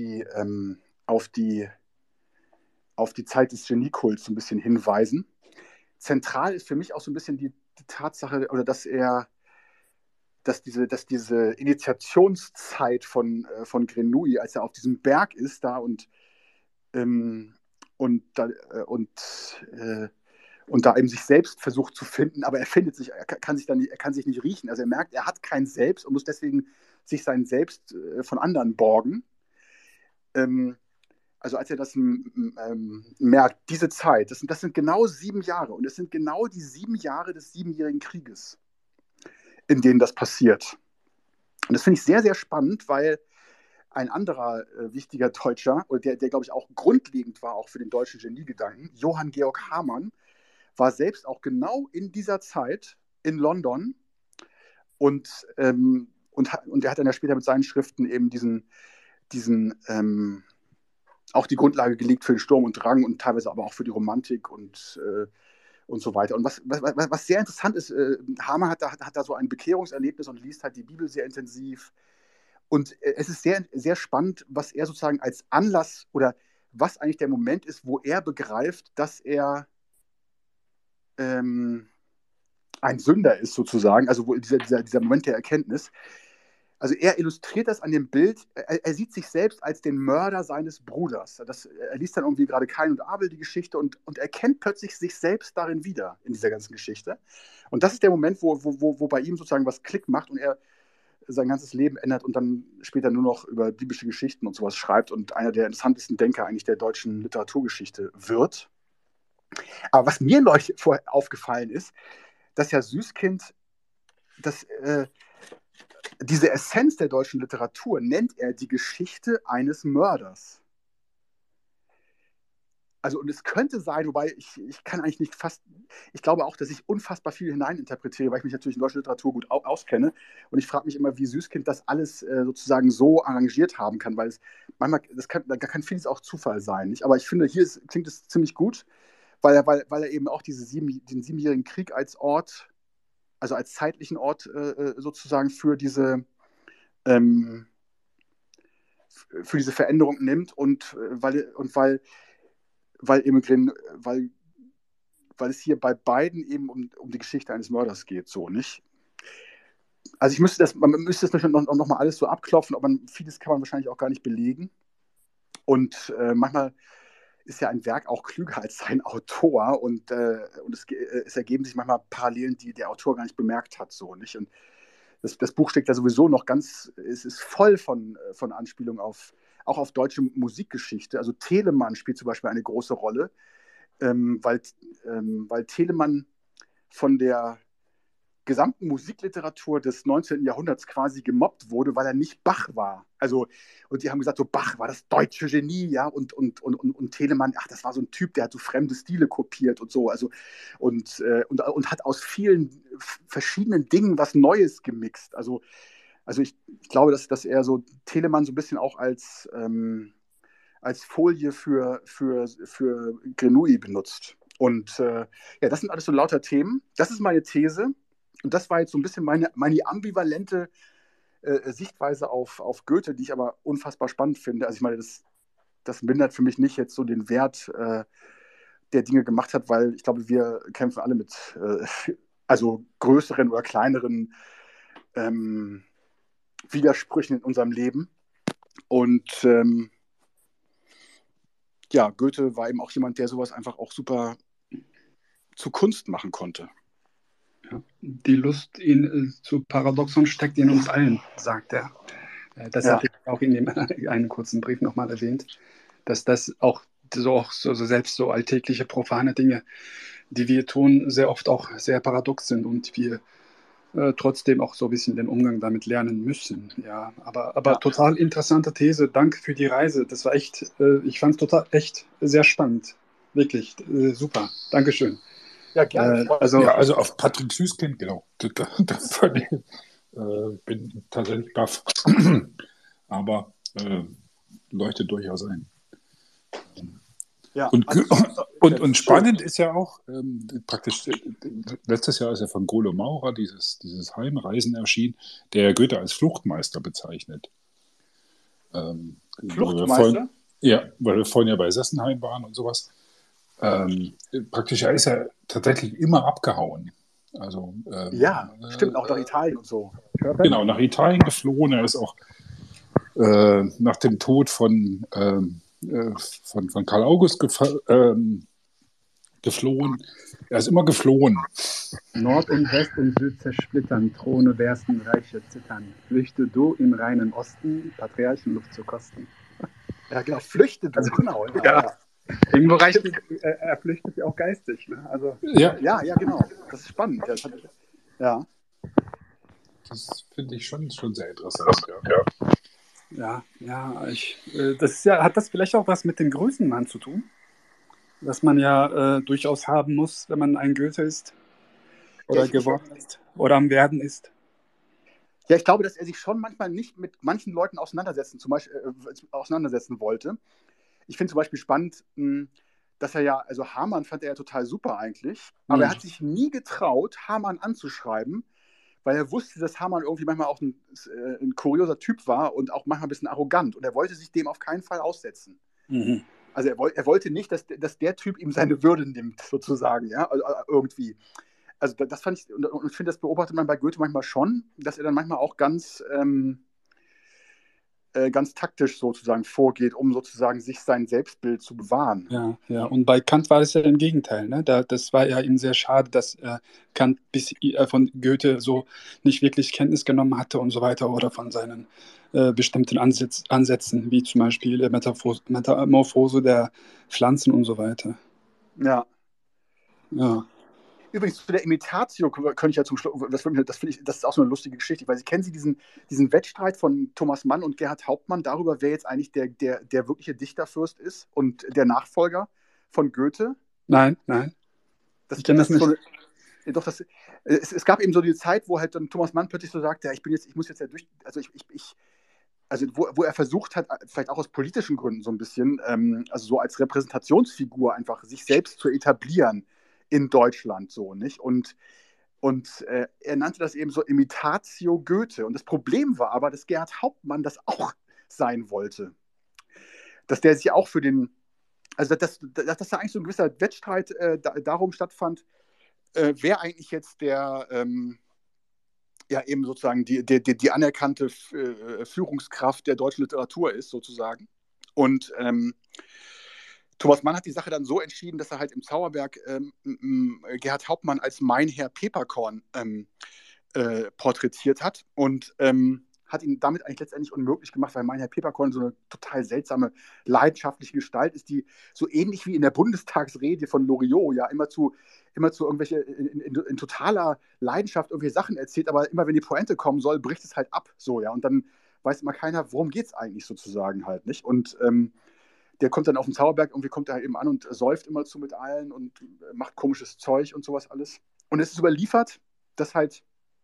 die Zeit des Geniekults so ein bisschen hinweisen. Zentral ist für mich auch so ein bisschen die Tatsache, oder dass diese Initiationszeit von Grenouille, als er auf diesem Berg ist da und und da eben sich selbst versucht zu finden, aber er kann sich nicht riechen. Also er merkt, er hat kein Selbst und muss deswegen sich sein Selbst von anderen borgen. Also als er das merkt, diese Zeit, das sind genau 7 Jahre und es sind genau die 7 Jahre des Siebenjährigen Krieges, in denen das passiert. Und das finde ich sehr, sehr spannend, weil ein anderer wichtiger Deutscher, der glaube ich auch grundlegend war, auch für den deutschen Geniegedanken, Johann Georg Hamann, war selbst auch genau in dieser Zeit in London und er hat dann ja später mit seinen Schriften eben auch die Grundlage gelegt für den Sturm und Drang und teilweise aber auch für die Romantik und so weiter. Und was sehr interessant ist, Hamann hat da so ein Bekehrungserlebnis und liest halt die Bibel sehr intensiv. Und es ist sehr, sehr spannend, was er sozusagen als Anlass oder was eigentlich der Moment ist, wo er begreift, dass er ein Sünder ist sozusagen, also wo dieser Moment der Erkenntnis. Also er illustriert das an dem Bild, er sieht sich selbst als den Mörder seines Bruders. Er liest dann irgendwie gerade Kain und Abel die Geschichte und erkennt plötzlich sich selbst darin wieder, in dieser ganzen Geschichte. Und das ist der Moment, wo bei ihm sozusagen was Klick macht und er sein ganzes Leben ändert und dann später nur noch über biblische Geschichten und sowas schreibt und einer der interessantesten Denker eigentlich der deutschen Literaturgeschichte wird. Aber was mir vorher aufgefallen ist, dass ja Süskind diese Essenz der deutschen Literatur nennt er die Geschichte eines Mörders. Also, und es könnte sein, wobei ich kann eigentlich nicht ich glaube auch, dass ich unfassbar viel hineininterpretiere, weil ich mich natürlich in deutscher Literatur gut auskenne. Und ich frage mich immer, wie Süskind das alles sozusagen so arrangiert haben kann, weil manchmal, da kann vieles auch Zufall sein. Nicht? Aber ich finde, hier klingt es ziemlich gut, weil er eben auch den Siebenjährigen Krieg als Ort, also als zeitlichen Ort sozusagen für diese Veränderung nimmt und weil es hier bei beiden eben um die Geschichte eines Mörders geht, so, nicht? Also man müsste das noch mal alles so abklopfen, aber vieles kann man wahrscheinlich auch gar nicht belegen. Und manchmal ist ja ein Werk auch klüger als sein Autor und es ergeben sich manchmal Parallelen, die der Autor gar nicht bemerkt hat, so, nicht? Und das Buch steckt ja sowieso noch es ist voll von Anspielungen auch auf deutsche Musikgeschichte. Also Telemann spielt zum Beispiel eine große Rolle, weil Telemann von der gesamten Musikliteratur des 19. Jahrhunderts quasi gemobbt wurde, weil er nicht Bach war. Also, und die haben gesagt, so Bach war das deutsche Genie, ja, und Telemann, ach, das war so ein Typ, der hat so fremde Stile kopiert und so, also und hat aus vielen verschiedenen Dingen was Neues gemixt. Also ich glaube, dass er so Telemann so ein bisschen auch als Folie für Grenouille benutzt. Und ja, das sind alles so lauter Themen. Das ist meine These. Und das war jetzt so ein bisschen meine ambivalente Sichtweise auf Goethe, die ich aber unfassbar spannend finde. Also ich meine, das mindert für mich nicht jetzt so den Wert, der Dinge gemacht hat, weil ich glaube, wir kämpfen alle mit also größeren oder kleineren Widersprüchen in unserem Leben. Und ja, Goethe war eben auch jemand, der sowas einfach auch super zu Kunst machen konnte. Ja, die Lust zu Paradoxon steckt in uns allen, sagt er. Das hatte ich auch in dem einen kurzen Brief nochmal erwähnt, dass das auch so selbst so alltägliche, profane Dinge, die wir tun, sehr oft auch sehr paradox sind und wir trotzdem auch so ein bisschen den Umgang damit lernen müssen. Ja, aber total interessante These. Danke für die Reise. Das war echt, ich fand es echt sehr spannend. Wirklich, super. Dankeschön. Ja, gerne. Also auf Patrick Süskind, genau. Bin tatsächlich baff. Aber leuchtet durchaus ein. Ja, und spannend ist ja auch, praktisch, letztes Jahr ist ja von Golo Maurer dieses Heimreisen erschienen, der Goethe als Fluchtmeister bezeichnet. Fluchtmeister? Weil wir vorhin ja bei Sessenheim waren und sowas. Praktisch ist er tatsächlich immer abgehauen. Also, stimmt, auch nach Italien und so. Genau, nach Italien geflohen. Er ist auch nach dem Tod von Karl August geflohen. Er ist immer geflohen. Nord und West und Süd zersplittern, Throne bersten, Reiche zittern. Flüchte du im reinen Osten, Patriarchenluft zu kosten. Ja, genau, flüchte du, Also, genau. ja. Irgendwo reicht er flüchtet ja auch geistig. Ne? Also, Ja, genau. Das ist spannend. Ja. Das finde ich schon sehr interessant. Ja, hat das vielleicht auch was mit dem Größenwahn zu tun? Dass man ja durchaus haben muss, wenn man ein Goethe ist oder geworden ist oder am Werden ist. Ja, ich glaube, dass er sich schon manchmal nicht mit manchen Leuten auseinandersetzen wollte. Ich finde zum Beispiel spannend, dass also Hamann fand er ja total super eigentlich, aber er hat sich nie getraut, Hamann anzuschreiben, weil er wusste, dass Hamann irgendwie manchmal auch ein kurioser Typ war und auch manchmal ein bisschen arrogant und er wollte sich dem auf keinen Fall aussetzen. Mhm. Also er wollte nicht, dass der Typ ihm seine Würde nimmt, sozusagen, ja, also irgendwie. Also das fand ich, und ich finde, das beobachtet man bei Goethe manchmal schon, dass er dann manchmal auch ganz taktisch sozusagen vorgeht, um sozusagen sich sein Selbstbild zu bewahren. Ja. Und bei Kant war es ja im Gegenteil. Ne? Das war ja ihm sehr schade, dass Kant von Goethe so nicht wirklich Kenntnis genommen hatte und so weiter oder von seinen bestimmten Ansätzen, wie zum Beispiel Metamorphose der Pflanzen und so weiter. Ja. Ja. Übrigens, zu der Imitatio könnte ich ja zum Schluss, das ist auch so eine lustige Geschichte, weil kennen Sie diesen Wettstreit von Thomas Mann und Gerhard Hauptmann darüber, wer jetzt eigentlich der wirkliche Dichterfürst ist und der Nachfolger von Goethe? Nein. Ich kenne das nicht. Es gab eben so die Zeit, wo halt dann Thomas Mann plötzlich so sagte, ja, ich muss jetzt ja durch, wo er versucht hat, vielleicht auch aus politischen Gründen so ein bisschen, also so als Repräsentationsfigur einfach sich selbst zu etablieren in Deutschland so, nicht? Und er nannte das eben so Imitatio Goethe. Und das Problem war aber, dass Gerhard Hauptmann das auch sein wollte. Dass der sich auch dass da eigentlich so ein gewisser Wettstreit darum stattfand, wer eigentlich jetzt eben sozusagen die anerkannte Führungskraft der deutschen Literatur ist, sozusagen. Und Thomas Mann hat die Sache dann so entschieden, dass er halt im Zauberberg Gerhard Hauptmann als Mein Herr Peeperkorn porträtiert hat und hat ihn damit eigentlich letztendlich unmöglich gemacht, weil Mein Herr Peeperkorn so eine total seltsame, leidenschaftliche Gestalt ist, die so ähnlich wie in der Bundestagsrede von Loriot ja immer zu irgendwelche in totaler Leidenschaft irgendwelche Sachen erzählt, aber immer wenn die Pointe kommen soll, bricht es halt ab, so, ja, und dann weiß immer keiner, worum geht es eigentlich sozusagen halt, nicht? Und der kommt dann auf den Zauberberg, irgendwie kommt er halt eben an und säuft immer zu mit allen und macht komisches Zeug und sowas alles. Und es ist überliefert, dass halt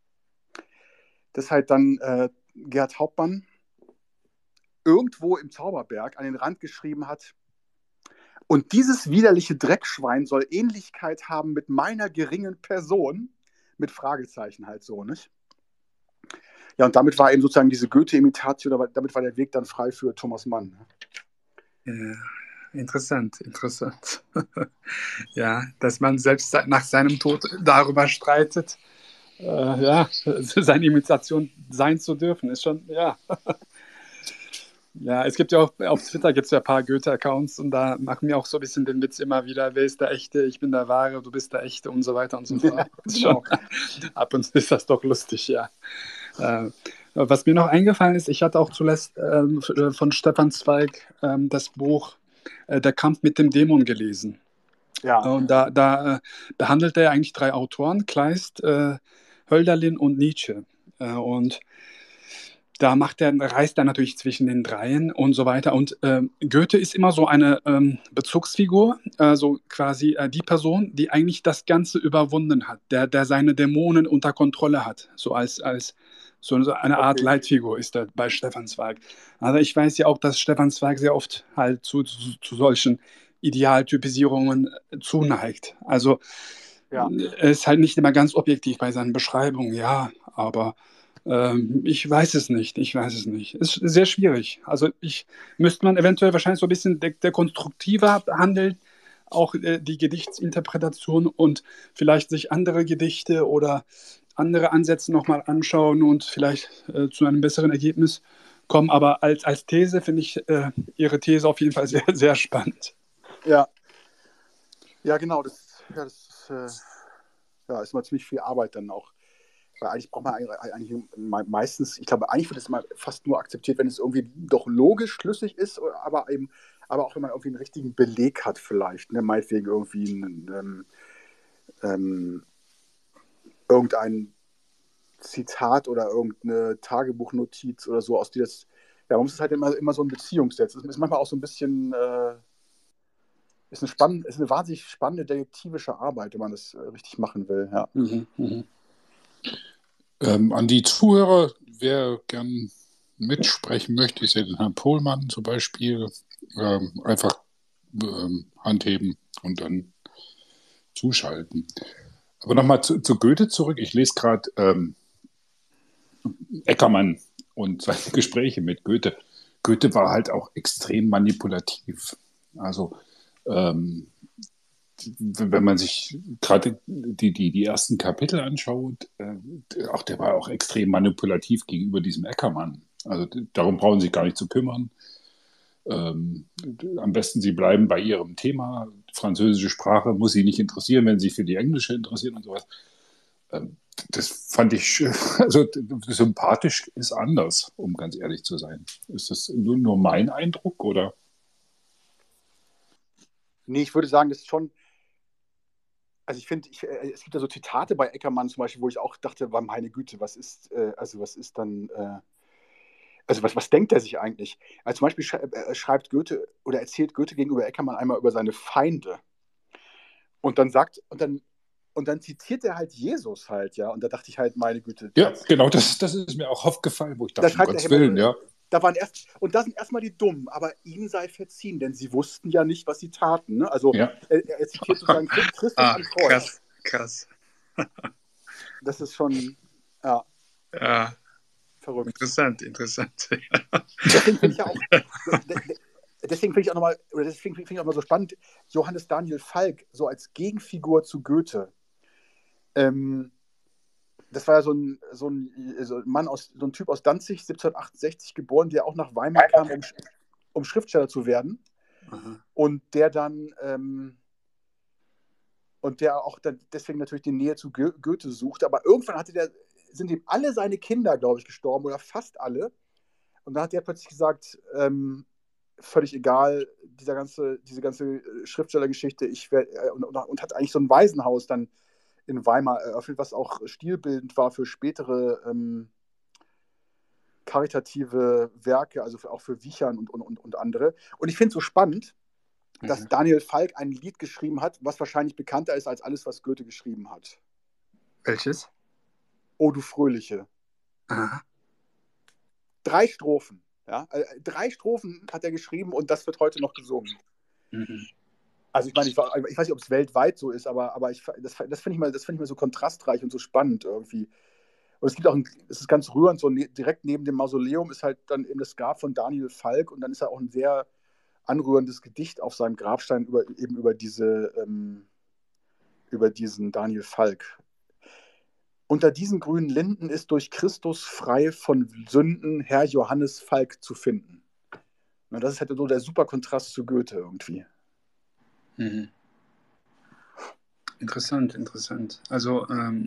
dann Gerhard Hauptmann irgendwo im Zauberberg an den Rand geschrieben hat, und dieses widerliche Dreckschwein soll Ähnlichkeit haben mit meiner geringen Person, mit Fragezeichen halt so, nicht? Ja, und damit war eben sozusagen diese Goethe-Imitation, damit war der Weg dann frei für Thomas Mann. Ja, interessant. Ja, dass man selbst nach seinem Tod darüber streitet, seine Imitation sein zu dürfen, ist schon, ja. Ja, es gibt ja auch, auf Twitter gibt es ja ein paar Goethe-Accounts und da machen wir auch so ein bisschen den Witz immer wieder, wer ist der Echte, ich bin der Wahre, du bist der Echte und so weiter und so fort. Genau. Ab und zu ist das doch lustig, ja. Was mir noch eingefallen ist, ich hatte auch zuletzt von Stefan Zweig das Buch Der Kampf mit dem Dämon gelesen. Ja. Und da behandelt er eigentlich 3 Autoren, Kleist, Hölderlin und Nietzsche. Und da reist er natürlich zwischen den dreien und so weiter. Und Goethe ist immer so eine Bezugsfigur, so quasi die Person, die eigentlich das Ganze überwunden hat, der seine Dämonen unter Kontrolle hat, so als so eine Art Leitfigur ist er bei Stefan Zweig. Also ich weiß ja auch, dass Stefan Zweig sehr oft halt zu solchen Idealtypisierungen zuneigt. Also er ist halt nicht immer ganz objektiv bei seinen Beschreibungen, ja, aber ich weiß es nicht. Ist sehr schwierig. Also müsste man eventuell wahrscheinlich so ein bisschen dekonstruktiver behandeln, auch die Gedichtsinterpretation und vielleicht sich andere Gedichte oder andere Ansätze nochmal anschauen und vielleicht zu einem besseren Ergebnis kommen. Aber als These finde ich Ihre These auf jeden Fall sehr, sehr spannend. Ja. Ja, genau, das ist immer ziemlich viel Arbeit dann auch. Weil eigentlich braucht man eigentlich meistens, ich glaube, eigentlich wird es immer fast nur akzeptiert, wenn es irgendwie doch logisch schlüssig ist, aber auch wenn man irgendwie einen richtigen Beleg hat vielleicht, ne? Meinetwegen irgendwie ähm, irgendein Zitat oder irgendeine Tagebuchnotiz oder so, aus die das, ja, man muss es halt immer so in Beziehung setzen. Es ist manchmal auch so ein bisschen, ist eine wahnsinnig spannende detektivische Arbeit, wenn man das richtig machen will, ja. Mhm, mhm. An die Zuhörer, wer gern mitsprechen möchte, ich sehe den Herrn Pohlmann zum Beispiel, einfach Hand heben und dann zuschalten. Aber nochmal zu Goethe zurück. Ich lese gerade Eckermann und seine Gespräche mit Goethe. Goethe war halt auch extrem manipulativ. Also wenn man sich gerade die ersten Kapitel anschaut, auch der war auch extrem manipulativ gegenüber diesem Eckermann. Also darum brauchen Sie sich gar nicht zu kümmern. Am besten, Sie bleiben bei Ihrem Thema. Französische Sprache muss Sie nicht interessieren, wenn Sie sich für die englische interessieren und sowas. Das fand ich, also sympathisch ist anders, um ganz ehrlich zu sein. Ist das nur mein Eindruck oder? Nee, ich würde sagen, das ist schon, also ich finde, es gibt ja so Zitate bei Eckermann zum Beispiel, wo ich auch dachte, meine Güte, was ist dann, also was denkt er sich eigentlich? Also zum Beispiel schreibt Goethe oder erzählt Goethe gegenüber Eckermann einmal über seine Feinde und und dann zitiert er halt Jesus halt, ja, und da dachte ich halt, meine Güte, Ja, genau, das ist mir auch aufgefallen, wo ich da dachte, um schreibt er, hey, Gottes Willen, ja. da sind erstmal die Dummen, aber ihnen sei verziehen, denn sie wussten ja nicht, was sie taten. Ne? Also Ja, er zitiert sozusagen Christus Ah, am Kreuz. krass. Das ist schon, ja, Ja, verrückt. interessant. Deswegen finde ich ja auch, deswegen finde ich auch nochmal, oder deswegen finde ich auch mal so spannend, Johannes Daniel Falk so als Gegenfigur zu Goethe. Ähm, Das war ja so ein Mann so ein Typ aus Danzig, 1768 geboren, der auch nach Weimar kam, um Schriftsteller zu werden. Aha. Und der dann, und der auch dann deswegen natürlich die Nähe zu Goethe suchte. Aber irgendwann sind ihm alle seine Kinder, glaube ich, gestorben oder fast alle. Und dann hat der plötzlich gesagt, völlig egal, diese ganze Schriftstellergeschichte, und hat eigentlich so ein Waisenhaus dann in Weimar eröffnet, was auch stilbildend war für spätere karitative Werke, also auch für Wichern und andere. Und ich finde es so spannend, dass Daniel Falk ein Lied geschrieben hat, was wahrscheinlich bekannter ist als alles, was Goethe geschrieben hat. Welches? O du Fröhliche. Aha. 3 Strophen. Ja? 3 Strophen hat er geschrieben und das wird heute noch gesungen. Mhm. Also ich meine, ich weiß nicht, ob es weltweit so ist, aber das finde ich mal so kontrastreich und so spannend irgendwie. Und es gibt auch, es ist ganz rührend, so direkt neben dem Mausoleum ist halt dann eben das Grab von Daniel Falk und dann ist ja auch ein sehr anrührendes Gedicht auf seinem Grabstein über diesen Daniel Falk. Unter diesen grünen Linden ist durch Christus frei von Sünden Herr Johannes Falk zu finden. Und das ist halt so der super Kontrast zu Goethe irgendwie. Mhm. Interessant. Also,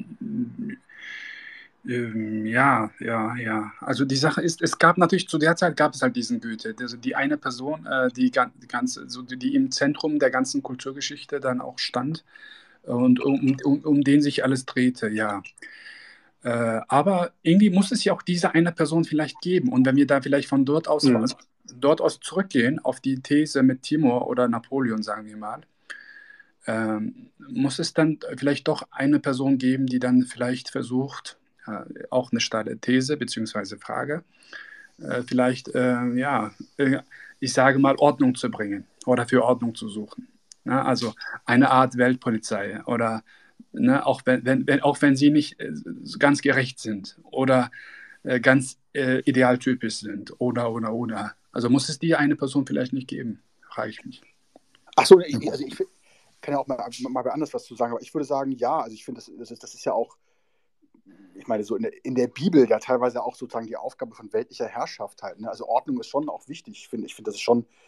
ja. Also die Sache ist, es gab natürlich, zu der Zeit gab es halt diesen Goethe, also die eine Person, die ganze, so die im Zentrum der ganzen Kulturgeschichte dann auch stand und um den sich alles drehte, ja. Aber irgendwie muss es ja auch diese eine Person vielleicht geben. Und wenn wir da vielleicht von dort aus zurückgehen auf die These mit Timur oder Napoleon, sagen wir mal, muss es dann vielleicht doch eine Person geben, die dann vielleicht versucht, auch eine steile These bzw. Frage, vielleicht, ich sage mal, Ordnung zu bringen oder für Ordnung zu suchen. Ne? Also eine Art Weltpolizei oder ne, auch wenn sie nicht ganz gerecht sind oder ganz idealtypisch sind oder. Also muss es die eine Person vielleicht nicht geben, frage ich mich. Achso, also ich kann ja auch mal anders was zu sagen, aber ich würde sagen, ja, also ich finde, das ist ja auch, ich meine, so in der Bibel ja teilweise auch sozusagen die Aufgabe von weltlicher Herrschaft halt. Ne? Also Ordnung ist schon auch wichtig. Ich finde, das ist schon,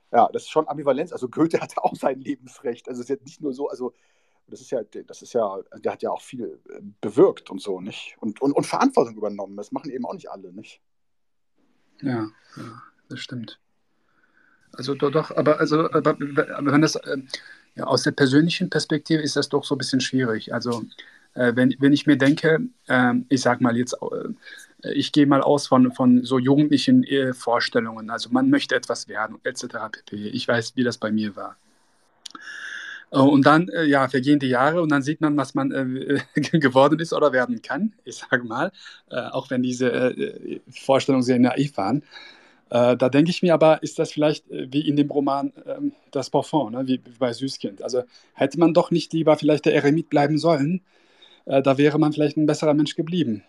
Ja, das ist schon Ambivalenz. Also Goethe hatte auch sein Lebensrecht. Also es ist jetzt nicht nur so, also das ist ja, der hat ja auch viel bewirkt und so, nicht? Und Verantwortung übernommen. Das machen eben auch nicht alle, nicht? Ja, ja, das stimmt. Also doch, aber wenn das ja, aus der persönlichen Perspektive ist das doch so ein bisschen schwierig. Also wenn ich mir denke, ich sag mal jetzt, ich gehe mal aus von so jugendlichen Vorstellungen, also man möchte etwas werden, etc. pp. Ich weiß, wie das bei mir war. Und dann ja, vergehen die Jahre und dann sieht man, was man geworden ist oder werden kann, ich sage mal, auch wenn diese Vorstellungen sehr naiv waren. Da denke ich mir aber, ist das vielleicht wie in dem Roman Das Parfum, ne? Wie bei Süßkind. Also hätte man doch nicht lieber vielleicht der Eremit bleiben sollen, da wäre man vielleicht ein besserer Mensch geblieben.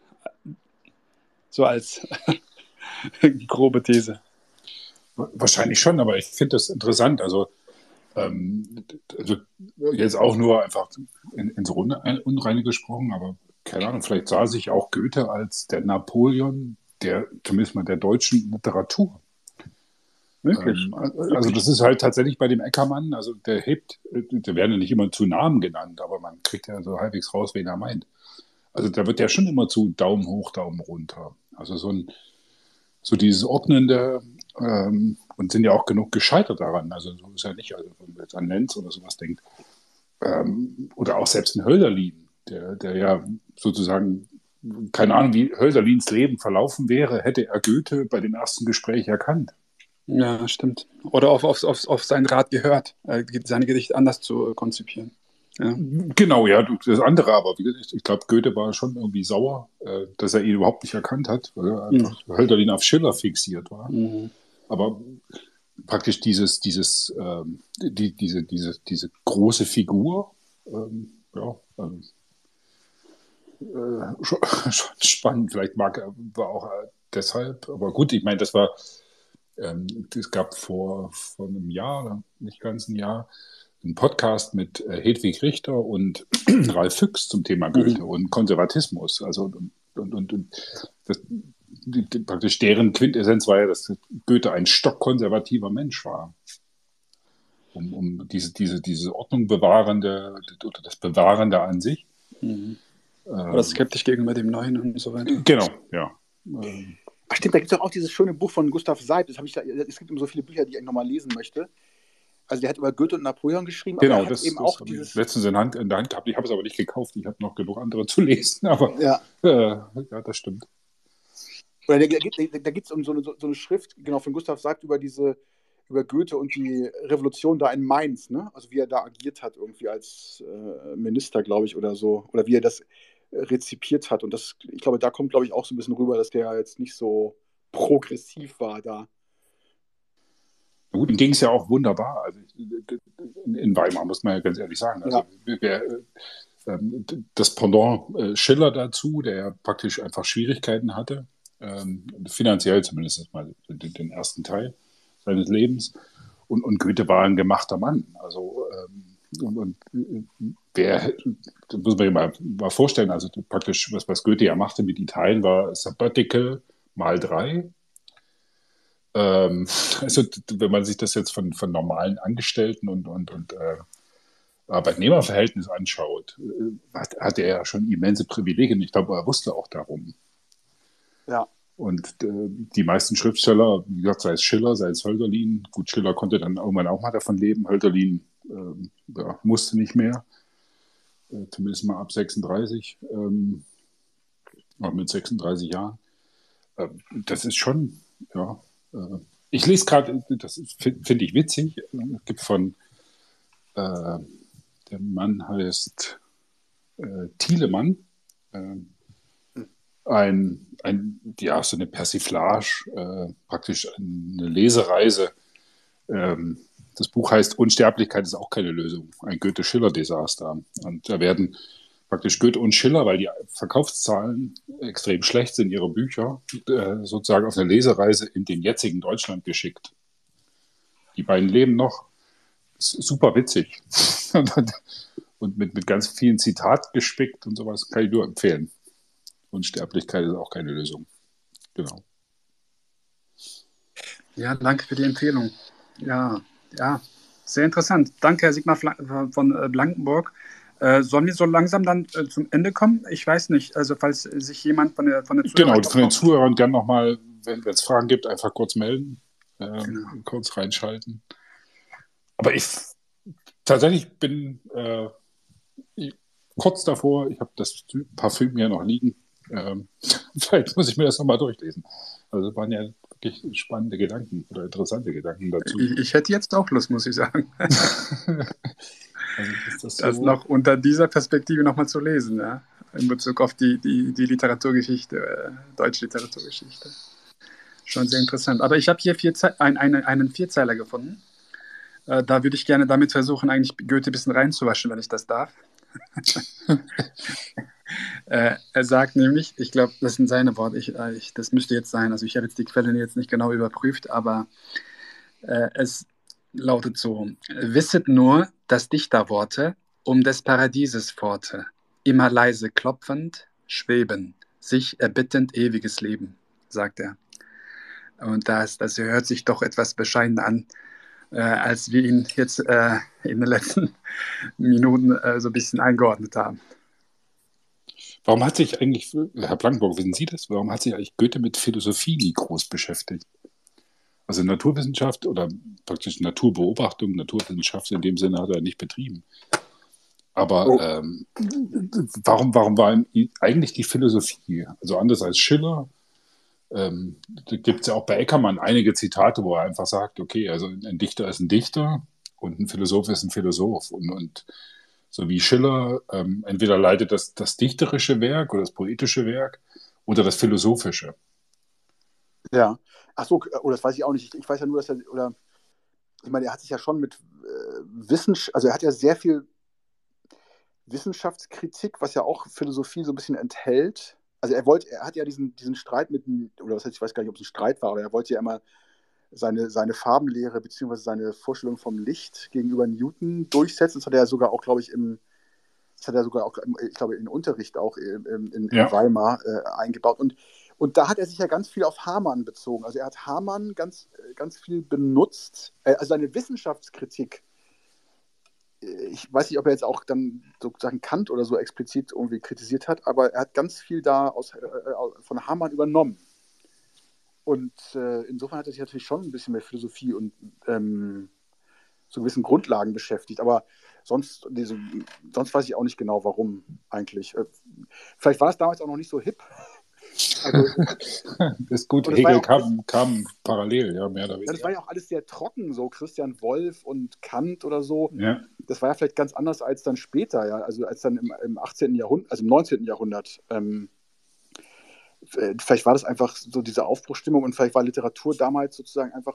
So als grobe These. Wahrscheinlich schon, aber ich finde das interessant. Also jetzt auch nur einfach ins Unreine gesprochen, aber keine Ahnung, vielleicht sah sich auch Goethe als der Napoleon der, zumindest mal der deutschen Literatur. Wirklich. Also das ist halt tatsächlich bei dem Eckermann, also der werden ja nicht immer zu Namen genannt, aber man kriegt ja so halbwegs raus, wen er meint. Also da wird ja schon immer zu Daumen hoch, Daumen runter. Also so dieses Ordnende und sind ja auch genug gescheitert daran. Also so ist ja nicht, also wenn man jetzt an Lenz oder sowas denkt. Oder auch selbst ein Hölderlin, der ja sozusagen, keine Ahnung, wie Hölderlins Leben verlaufen wäre, hätte er Goethe bei dem ersten Gespräch erkannt. Ja, stimmt. Oder auf seinen Rat gehört, seine Gedichte anders zu konzipieren. Ja. Genau, ja, das andere aber, ich glaube, Goethe war schon irgendwie sauer, dass er ihn überhaupt nicht erkannt hat, weil er Mhm. einfach Hölderlin auf Schiller fixiert war. Mhm. Aber praktisch diese große Figur, ja, also, schon spannend. Vielleicht war auch deshalb, aber gut, ich meine, es gab vor einem Jahr, nicht ganz ein Jahr, einen Podcast mit Hedwig Richter und Ralf Füchs zum Thema Goethe und Konservatismus. Also und das, praktisch deren Quintessenz war ja, dass Goethe ein stockkonservativer Mensch war. Um diese Ordnung bewahrende oder das Bewahrende an sich. Mhm. Oder skeptisch gegenüber dem Neuen und so weiter. Genau, ja. Ach stimmt, da gibt es doch auch dieses schöne Buch von Gustav Seib. Es gibt so viele Bücher, die ich nochmal lesen möchte. Also der hat über Goethe und Napoleon geschrieben, aber Genau, er hat eben das auch habe dieses. ich letztens in der Hand gehabt. Ich habe es aber nicht gekauft. Ich habe noch genug andere zu lesen. Aber Ja. ja, das stimmt. Oder da geht es um so eine Schrift, genau, von Gustav Seib über Goethe und die Revolution da in Mainz, ne? Also wie er da agiert hat, irgendwie als Minister, glaube ich, oder so. Oder wie er das rezipiert hat. Und das, ich glaube, da kommt, glaube ich, auch so ein bisschen rüber, dass der jetzt nicht so progressiv war da. Gut, ihm ging es ja auch wunderbar. Also in Weimar, muss man ja ganz ehrlich sagen. Also das Pendant Schiller dazu, der ja praktisch einfach Schwierigkeiten hatte, finanziell zumindest mal den ersten Teil seines Lebens. Und Goethe war ein gemachter Mann. Also wer, das muss man sich mal vorstellen, also praktisch, was Goethe ja machte mit Italien, war Sabbatical mal 3. Also wenn man sich das jetzt von normalen Angestellten und Arbeitnehmerverhältnis anschaut, hatte er ja schon immense Privilegien. Ich glaube, er wusste auch darum. Ja. Und die meisten Schriftsteller, wie gesagt, sei es Schiller, sei es Hölderlin, gut, Schiller konnte dann irgendwann auch mal davon leben, Hölderlin musste nicht mehr, zumindest mal ab 36, mit 36 Jahren. Das ist schon, ja. Ich lese gerade, das finde ich witzig, es gibt der Mann heißt Thielemann, ja, so eine Persiflage, praktisch eine Lesereise. Das Buch heißt Unsterblichkeit ist auch keine Lösung, ein Goethe-Schiller-Desaster. Und da werden praktisch Goethe und Schiller, weil die Verkaufszahlen extrem schlecht sind, ihre Bücher sozusagen auf eine Lesereise in dem jetzigen Deutschland geschickt. Die beiden leben noch. Super witzig. Und mit ganz vielen Zitat gespickt und sowas kann ich nur empfehlen. Unsterblichkeit ist auch keine Lösung. Genau. Ja, danke für die Empfehlung. Ja, ja, sehr interessant. Danke, Herr Sigmar von Blankenburg. Sollen wir so langsam dann zum Ende kommen? Ich weiß nicht, also falls sich jemand von der Genau, Zuhörerschaft von den noch... Zuhörern gerne nochmal, wenn es Fragen gibt, einfach kurz melden, Genau. kurz reinschalten. Aber tatsächlich bin kurz davor, ich habe das Parfüm hier noch liegen. Vielleicht muss ich mir das nochmal durchlesen. Also es waren ja wirklich spannende Gedanken oder interessante Gedanken dazu. Ich hätte jetzt auch Lust, muss ich sagen. Also ist das Das so? noch unter dieser Perspektive nochmal zu lesen, ja? In Bezug auf die Literaturgeschichte, deutsche Literaturgeschichte. Schon sehr interessant. Aber ich habe hier einen Vierzeiler gefunden. Da würde ich gerne damit versuchen, eigentlich Goethe ein bisschen reinzuwaschen, wenn ich das darf. Er sagt nämlich, ich glaube, das sind seine Worte, das müsste jetzt sein, also ich habe jetzt die Quellen jetzt nicht genau überprüft, aber es lautet so: Wisset nur, dass Dichterworte um des Paradieses Pforte immer leise klopfend schweben, sich erbittend ewiges Leben, sagt er. Und das hört sich doch etwas bescheiden an, als wir ihn jetzt in den letzten Minuten so ein bisschen eingeordnet haben. Warum hat sich eigentlich, Herr Blankenburg, wissen Sie das? Warum hat sich eigentlich Goethe mit Philosophie nie groß beschäftigt? Also Naturwissenschaft oder praktisch Naturbeobachtung, Naturwissenschaft in dem Sinne hat er nicht betrieben. Aber warum war ihm eigentlich die Philosophie? Also anders als Schiller, gibt es ja auch bei Eckermann einige Zitate, wo er einfach sagt, okay, also ein Dichter ist ein Dichter und ein Philosoph ist ein Philosoph. Und so wie Schiller entweder leitet das dichterische Werk oder das poetische Werk oder das philosophische. Ja. Ach so, oder das weiß ich auch nicht. Ich weiß ja nur, dass ich meine, er hat sich ja schon mit Wissenschaft, also er hat ja sehr viel Wissenschaftskritik, was ja auch Philosophie so ein bisschen enthält. Also er hat ja diesen Streit oder was heißt, ich weiß gar nicht, ob es ein Streit war, aber er wollte ja immer seine Farbenlehre bzw. seine Vorstellung vom Licht gegenüber Newton durchsetzen. Das hat er sogar auch, glaube ich, ich glaube, in Unterricht auch in Weimar eingebaut. Und da hat er sich ja ganz viel auf Hamann bezogen. Also er hat Hamann ganz viel benutzt. Also seine Wissenschaftskritik, ich weiß nicht, ob er jetzt auch dann sozusagen Kant oder so explizit irgendwie kritisiert hat, aber er hat ganz viel da von Hamann übernommen. Und insofern hat er sich natürlich schon ein bisschen mit Philosophie und so gewissen Grundlagen beschäftigt. Aber sonst weiß ich auch nicht genau, warum eigentlich. Vielleicht war es damals auch noch nicht so hip. Also, ist gut, Hegel kam parallel, ja, mehr oder weniger. Das war ja auch alles sehr trocken, so Christian Wolff und Kant oder so. Ja. Das war ja vielleicht ganz anders als dann später, ja, also als dann im 18. Jahrhundert, also im 19. Jahrhundert. Vielleicht war das einfach so diese Aufbruchstimmung und vielleicht war Literatur damals sozusagen einfach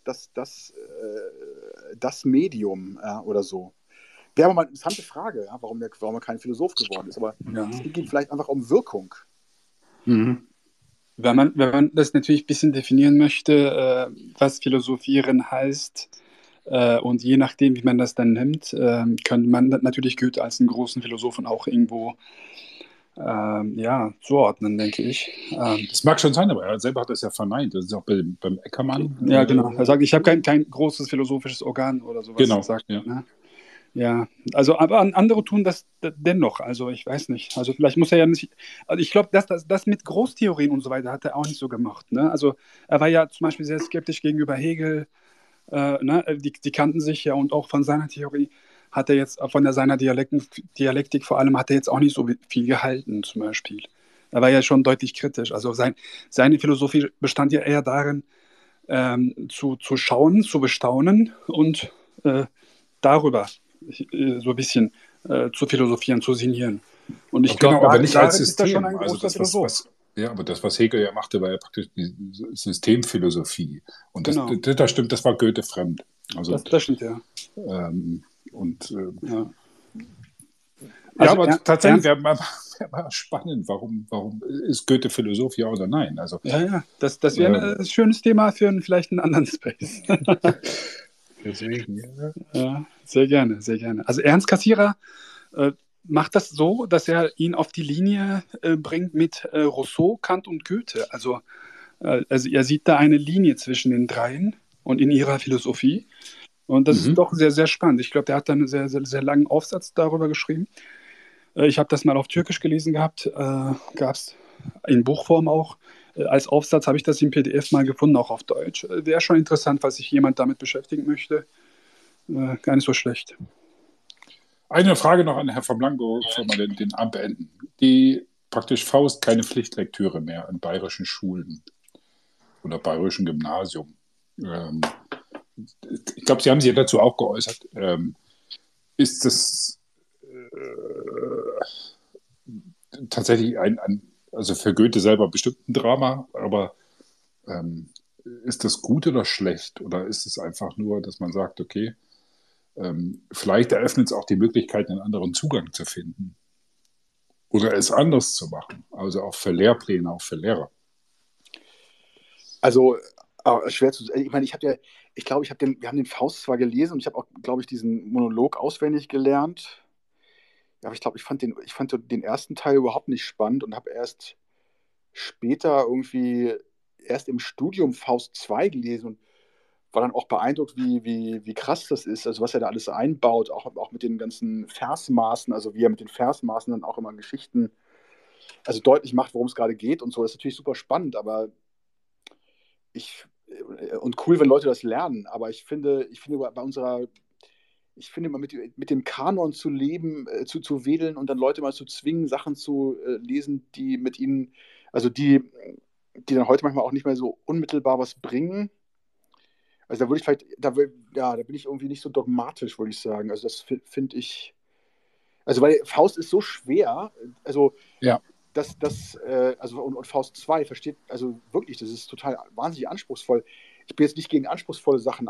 das Medium, ja, oder so. Wäre aber mal eine interessante Frage, ja, warum er kein Philosoph geworden ist. Aber es geht vielleicht einfach um Wirkung. Mhm. Wenn man das natürlich ein bisschen definieren möchte, was Philosophieren heißt, und je nachdem, wie man das dann nimmt, könnte man natürlich Goethe als einen großen Philosophen auch irgendwo zuordnen, denke ich. Das mag schon sein, aber er selber hat das ja verneint. Das ist auch beim Eckermann. Ja, genau. Er sagt, ich habe kein großes philosophisches Organ oder sowas. Genau. Sagt, ja. Ne? Ja, also aber andere tun das dennoch. Also ich weiß nicht. Also vielleicht muss er ja nicht. Also ich glaube, das mit Großtheorien und so weiter hat er auch nicht so gemacht. Ne? Also er war ja zum Beispiel sehr skeptisch gegenüber Hegel. Ne? Die kannten sich ja, und auch von seiner Theorie hat er jetzt, von seiner Dialektik vor allem, hat er jetzt auch nicht so viel gehalten zum Beispiel. Er war ja schon deutlich kritisch. Also seine Philosophie bestand ja eher darin, zu schauen, zu bestaunen und darüber so ein bisschen zu philosophieren, zu sinnieren. Und ich glaube, aber nicht als System. Ist schon ein also großer Philosoph. aber das, was Hegel ja machte, war ja praktisch die Systemphilosophie. Und Genau. das stimmt, das war Goethe fremd. Also, das stimmt, ja. Ja, Also, aber tatsächlich wäre mal spannend, warum ist Goethe Philosoph, ja oder nein? Also, ja, das wäre ein schönes Thema für vielleicht einen anderen Space. Deswegen, ja, sehr gerne, sehr gerne. Also Ernst Cassirer macht das so, dass er ihn auf die Linie bringt mit Rousseau, Kant und Goethe. Also er sieht da eine Linie zwischen den dreien. und in ihrer Philosophie. Und das ist Mhm. doch sehr, sehr spannend. Ich glaube, der hat dann einen sehr, sehr, sehr langen Aufsatz darüber geschrieben. Ich habe das mal auf Türkisch gelesen gehabt, gab es in Buchform auch. Als Aufsatz habe ich das im PDF mal gefunden, auch auf Deutsch. Wäre schon interessant, falls sich jemand damit beschäftigen möchte. Gar nicht so schlecht. Eine Frage noch an Herrn von Blanco, bevor wir den Abend beenden. Die praktisch Faust keine Pflichtlektüre mehr in bayerischen Schulen oder bayerischen Gymnasium. Ähm, Ich glaube, Sie haben sich ja dazu auch geäußert. Ist das tatsächlich also für Goethe selber bestimmt ein Drama, aber ähm, ist das gut oder schlecht? Oder ist es einfach nur, dass man sagt, okay, vielleicht eröffnet es auch die Möglichkeit, einen anderen Zugang zu finden oder es anders zu machen, also auch für Lehrpläne, auch für Lehrer. Also schwer zu sagen. Ich meine, wir haben den Faust zwar gelesen und ich habe auch, glaube ich, diesen Monolog auswendig gelernt. Ja, aber ich glaube, ich fand den ersten Teil überhaupt nicht spannend und habe erst später irgendwie erst im Studium Faust 2 gelesen und war dann auch beeindruckt, wie krass das ist, also was er da alles einbaut, auch mit den ganzen Versmaßen, also wie er mit den Versmaßen dann auch immer Geschichten, also deutlich macht, worum es gerade geht und so. Das ist natürlich super spannend, aber und cool, wenn Leute das lernen, aber ich finde bei unserer, ich finde mal mit dem Kanon zu leben, zu wedeln und dann Leute mal zu zwingen, Sachen zu lesen, die mit ihnen, also die dann heute manchmal auch nicht mehr so unmittelbar was bringen. Also da würde ich vielleicht, da bin ich irgendwie nicht so dogmatisch, würde ich sagen. Also das finde ich, also weil Faust ist so schwer, also Ja, und Faust 2 versteht, also wirklich, das ist total wahnsinnig anspruchsvoll. Ich bin jetzt nicht gegen anspruchsvolle Sachen,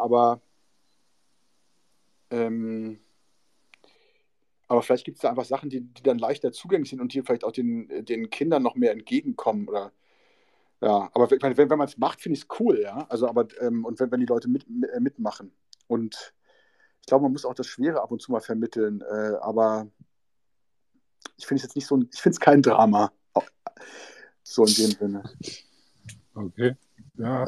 ähm, aber vielleicht gibt es da einfach Sachen, die dann leichter zugänglich sind und die vielleicht auch den Kindern noch mehr entgegenkommen. Oder ja, aber ich meine, wenn man es macht, finde ich es cool, ja. Also, aber und wenn die Leute mitmachen. Und ich glaube, man muss auch das Schwere ab und zu mal vermitteln. Aber ich finde es jetzt nicht so ich finde es kein Drama. So in dem Sinne. okay. Ja,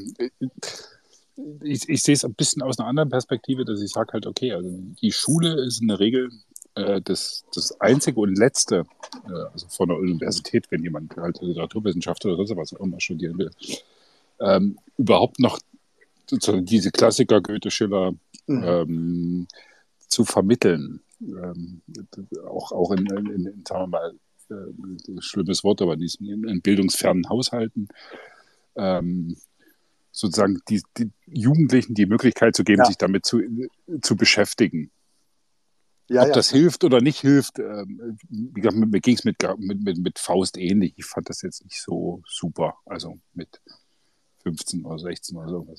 ich sehe es ein bisschen aus einer anderen Perspektive, dass ich sage halt, okay, also die Schule ist in der Regel das einzige und letzte, also von der Universität, wenn jemand halt Literaturwissenschaft oder sonst was auch immer studieren will, überhaupt noch sozusagen diese Klassiker Goethe, Schiller Mhm. zu vermitteln. Auch sagen wir mal, schlimmes Wort, aber in bildungsfernen Haushalten. Sozusagen die Jugendlichen die Möglichkeit zu geben, Ja, sich damit zu beschäftigen. ja, Ob ja. das hilft oder nicht hilft, wie gesagt, mir ging es mit Faust ähnlich. Ich fand das jetzt nicht so super, also mit 15 oder 16 oder sowas.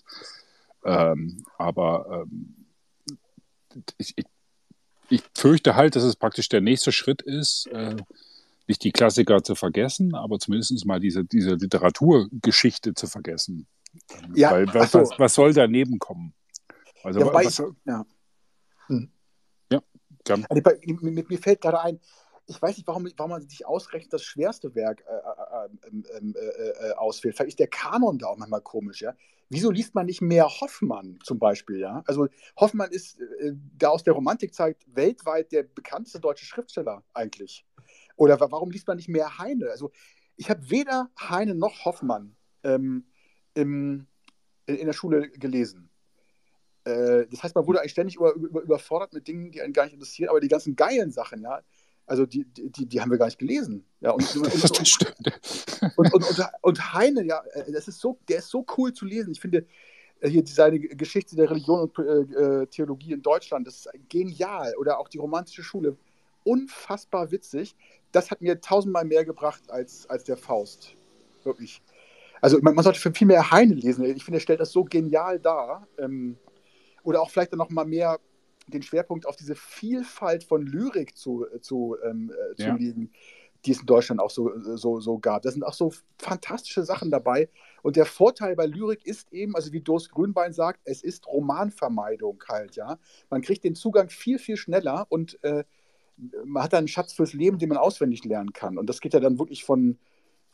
Aber ich, ich fürchte halt, dass es praktisch der nächste Schritt ist, nicht die Klassiker zu vergessen, aber zumindest mal diese Literaturgeschichte zu vergessen. Ja, Weil ach so. was soll daneben kommen? Also Ja, wobei was, ja. Hm. ja, gern. Also, mir fällt gerade ein, ich weiß nicht, warum man sich ausgerechnet das schwerste Werk auswählt. Vielleicht ist der Kanon da auch manchmal komisch, ja. Wieso liest man nicht mehr Hoffmann zum Beispiel, ja? Also Hoffmann ist da aus der Romantikzeit weltweit der bekannteste deutsche Schriftsteller eigentlich. Oder warum liest man nicht mehr Heine? Also ich habe weder Heine noch Hoffmann im, in der Schule gelesen. Das heißt, man wurde eigentlich ständig überfordert mit Dingen, die einen gar nicht interessieren, aber die ganzen geilen Sachen, ja, also die haben wir gar nicht gelesen. Ja, Das stimmt. und Heine, ja, der ist so cool zu lesen. Ich finde, hier seine Geschichte der Religion und Theologie in Deutschland, das ist genial. Oder auch die romantische Schule, unfassbar witzig. Das hat mir tausendmal mehr gebracht als der Faust. Wirklich. Also man sollte viel mehr Heine lesen. Ich finde, er stellt das so genial dar. Oder auch vielleicht dann noch mal mehr den Schwerpunkt auf diese Vielfalt von Lyrik zu Ja, legen, die es in Deutschland auch so gab. Da sind auch so fantastische Sachen dabei. Und der Vorteil bei Lyrik ist eben, also wie Durst Grünbein sagt, es ist Romanvermeidung halt, ja. Man kriegt den Zugang viel, viel schneller und man hat dann einen Schatz fürs Leben, den man auswendig lernen kann. Und das geht ja dann wirklich von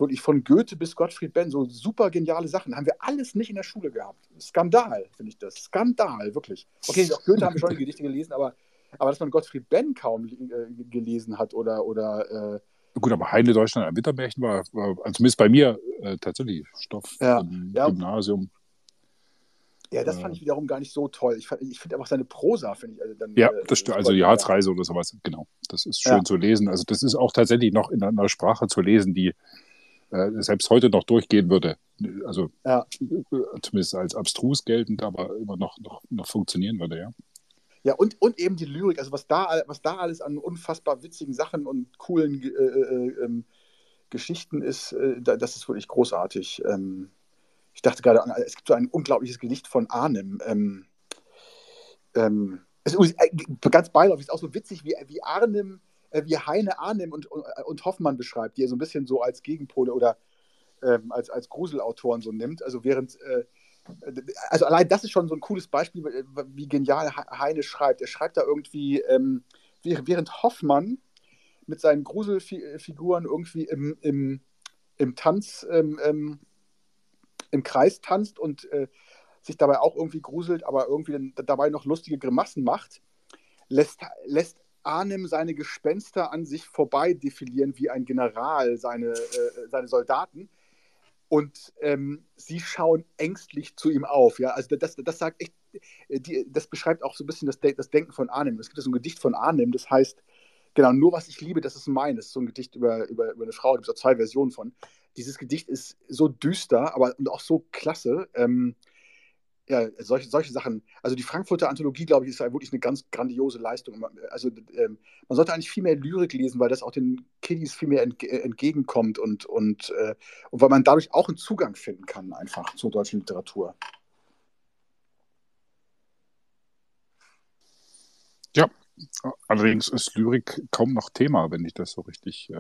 wirklich von Goethe bis Gottfried Benn, so super geniale Sachen, haben wir alles nicht in der Schule gehabt. Skandal, finde ich das. Skandal, wirklich. Okay, auch Goethe haben wir schon die Gedichte gelesen, aber dass man Gottfried Benn kaum gelesen hat oder Gut, aber Heine Deutschland ein Wintermärchen war also zumindest bei mir tatsächlich Stoff ja, im ja, Gymnasium. ja, das fand ich wiederum gar nicht so toll. Ich finde einfach seine Prosa, finde ich dann Ja, das stimmt. super Also die genial. Harzreise oder sowas, genau. Das ist schön Ja. zu lesen. Also das ist auch tatsächlich noch in einer Sprache zu lesen, die selbst heute noch durchgehen würde. Also Ja. zumindest als abstrus geltend, aber immer noch funktionieren würde, ja. Ja, und eben die Lyrik, also was da alles an unfassbar witzigen Sachen und coolen Geschichten ist, das ist wirklich großartig. Ich dachte gerade an, es gibt so ein unglaubliches Gedicht von Arnim. Es ist ganz beiläufig, ist auch so witzig, wie Arnim, wie Heine Arnim und Hoffmann beschreibt, die er so ein bisschen so als Gegenpole oder als Gruselautoren so nimmt. Also also allein das ist schon so ein cooles Beispiel, wie genial Heine schreibt. Er schreibt da irgendwie, während Hoffmann mit seinen Gruselfiguren irgendwie im Tanz, im Kreis tanzt und sich dabei auch irgendwie gruselt, aber irgendwie dabei noch lustige Grimassen macht, lässt Arnim seine Gespenster an sich vorbei defilieren wie ein General seine Soldaten. Und sie schauen ängstlich zu ihm auf. Ja? Also das sagt echt, das beschreibt auch so ein bisschen das Denken von Arnim. Es gibt so ein Gedicht von Arnim, das heißt, genau, nur was ich liebe, das ist meines. So ein Gedicht über eine Frau, da gibt es auch 2 Versionen von. Dieses Gedicht ist so düster, und auch so klasse. Ja, solche Sachen. Also die Frankfurter Anthologie, glaube ich, ist ja wirklich eine ganz grandiose Leistung. Also man sollte eigentlich viel mehr Lyrik lesen, weil das auch den Kiddies viel mehr entgegenkommt und weil man dadurch auch einen Zugang finden kann einfach zur deutschen Literatur. Ja, allerdings ist Lyrik kaum noch Thema, wenn ich das so richtig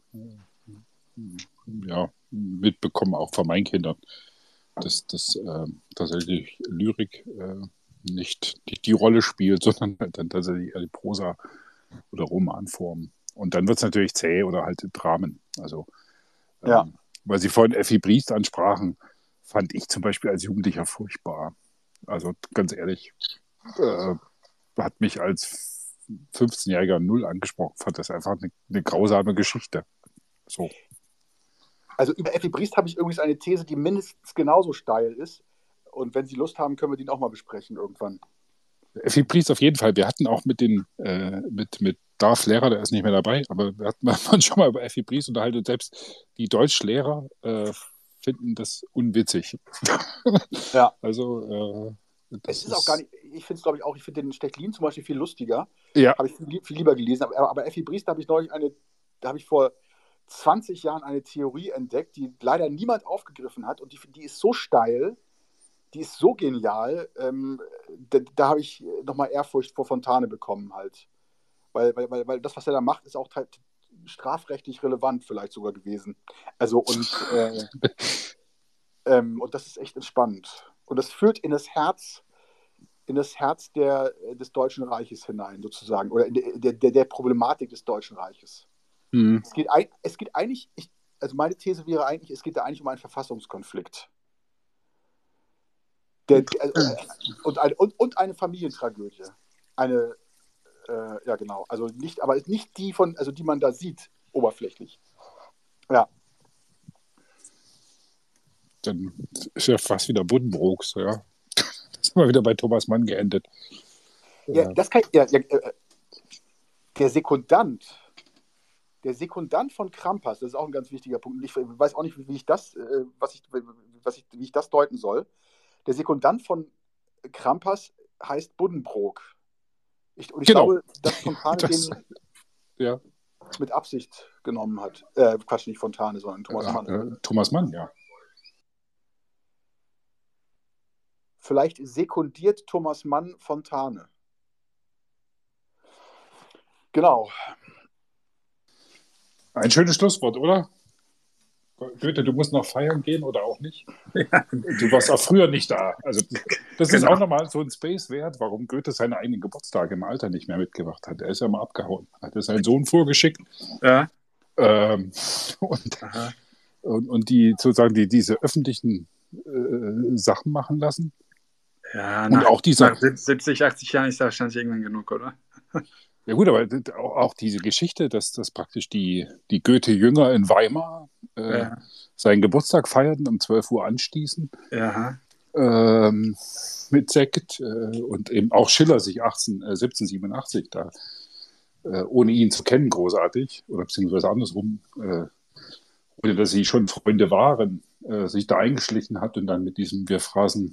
mitbekomme, auch von meinen Kindern, dass tatsächlich Lyrik nicht die Rolle spielt, sondern dann tatsächlich eher die Prosa- oder Romanform. Und dann wird es natürlich zäh oder halt Dramen. Also, weil Sie vorhin Effi Briest ansprachen, fand ich zum Beispiel als Jugendlicher furchtbar. Also ganz ehrlich, hat mich als 15-Jähriger null angesprochen, fand das einfach eine grausame Geschichte. So. Also über Effi Briest habe ich übrigens eine These, die mindestens genauso steil ist. Und wenn Sie Lust haben, können wir die auch mal besprechen irgendwann. Effi Briest auf jeden Fall. Wir hatten auch mit Darf Lehrer, der ist nicht mehr dabei, aber wir hatten schon mal über Effi Briest unterhalten. Selbst die Deutschlehrer finden das unwitzig. Ja. Also es ist auch gar nicht, ich finde es glaube ich auch, ich finde den Stechlin zum Beispiel viel lustiger. Ja. Habe ich viel lieber gelesen. Aber Effi Briest habe ich vor 20 Jahren eine Theorie entdeckt, die leider niemand aufgegriffen hat und die ist so steil, die ist so genial, da habe ich nochmal Ehrfurcht vor Fontane bekommen halt. Weil das, was er da macht, ist auch halt strafrechtlich relevant vielleicht sogar gewesen. Also und das ist echt entspannend. Und das führt in das Herz des Deutschen Reiches hinein, sozusagen, oder in der Problematik des Deutschen Reiches. Mhm. Es geht eigentlich, also meine These wäre eigentlich, es geht da eigentlich um einen Verfassungskonflikt. Und eine Familientragödie. Ja genau, also nicht die die man da sieht, oberflächlich. Ja. Dann ist ja fast wieder Buddenbrooks, ja. Das ist mal wieder bei Thomas Mann geendet. Ja, der Sekundant von Krampas, das ist auch ein ganz wichtiger Punkt. Ich weiß auch nicht, wie ich das deuten soll. Der Sekundant von Krampas heißt Buddenbrook. Ich glaube, dass Fontane den mit Absicht genommen hat. Quatsch, nicht Fontane, sondern Thomas Mann. Thomas Mann, ja. Vielleicht sekundiert Thomas Mann Fontane. Genau. Ein schönes Schlusswort, oder? Goethe, du musst noch feiern gehen oder auch nicht? Ja. Du warst auch früher nicht da. Also das ist auch nochmal so ein Space wert, warum Goethe seine eigenen Geburtstage im Alter nicht mehr mitgemacht hat. Er ist ja mal abgehauen. Hat er seinen Sohn vorgeschickt. Ja. Und und die sozusagen diese öffentlichen Sachen machen lassen. Ja, Und auch dieser, nach 70, 80 Jahren ist da wahrscheinlich irgendwann genug, oder? ja gut, aber auch diese Geschichte, dass praktisch die Goethe-Jünger in Weimar Ja, seinen Geburtstag feierten, um 12 Uhr anstießen, ja, mit Sekt und eben auch Schiller sich 1787 da, ohne ihn zu kennen, großartig, oder beziehungsweise andersrum, ohne dass sie schon Freunde waren, sich da eingeschlichen hat und dann mit diesem Wir phrasen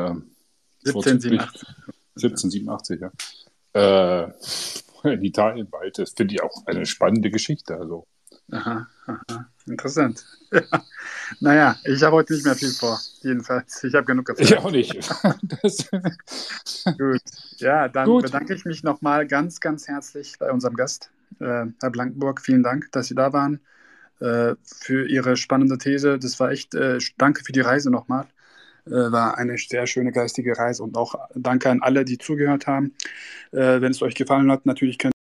1787. 1787, ja. In Italien weit. Das finde ich auch eine spannende Geschichte. Also. Aha, interessant. Ja. Naja, ich habe heute nicht mehr viel vor, jedenfalls. Ich habe genug gefragt. Ich auch nicht. Gut, ja, dann Gut. bedanke ich mich nochmal ganz, ganz herzlich bei unserem Gast, Herr Blankenburg. Vielen Dank, dass Sie da waren, für Ihre spannende These. Das war echt, danke für die Reise nochmal. War eine sehr schöne geistige Reise und auch danke an alle, die zugehört haben. Wenn es euch gefallen hat, natürlich könnt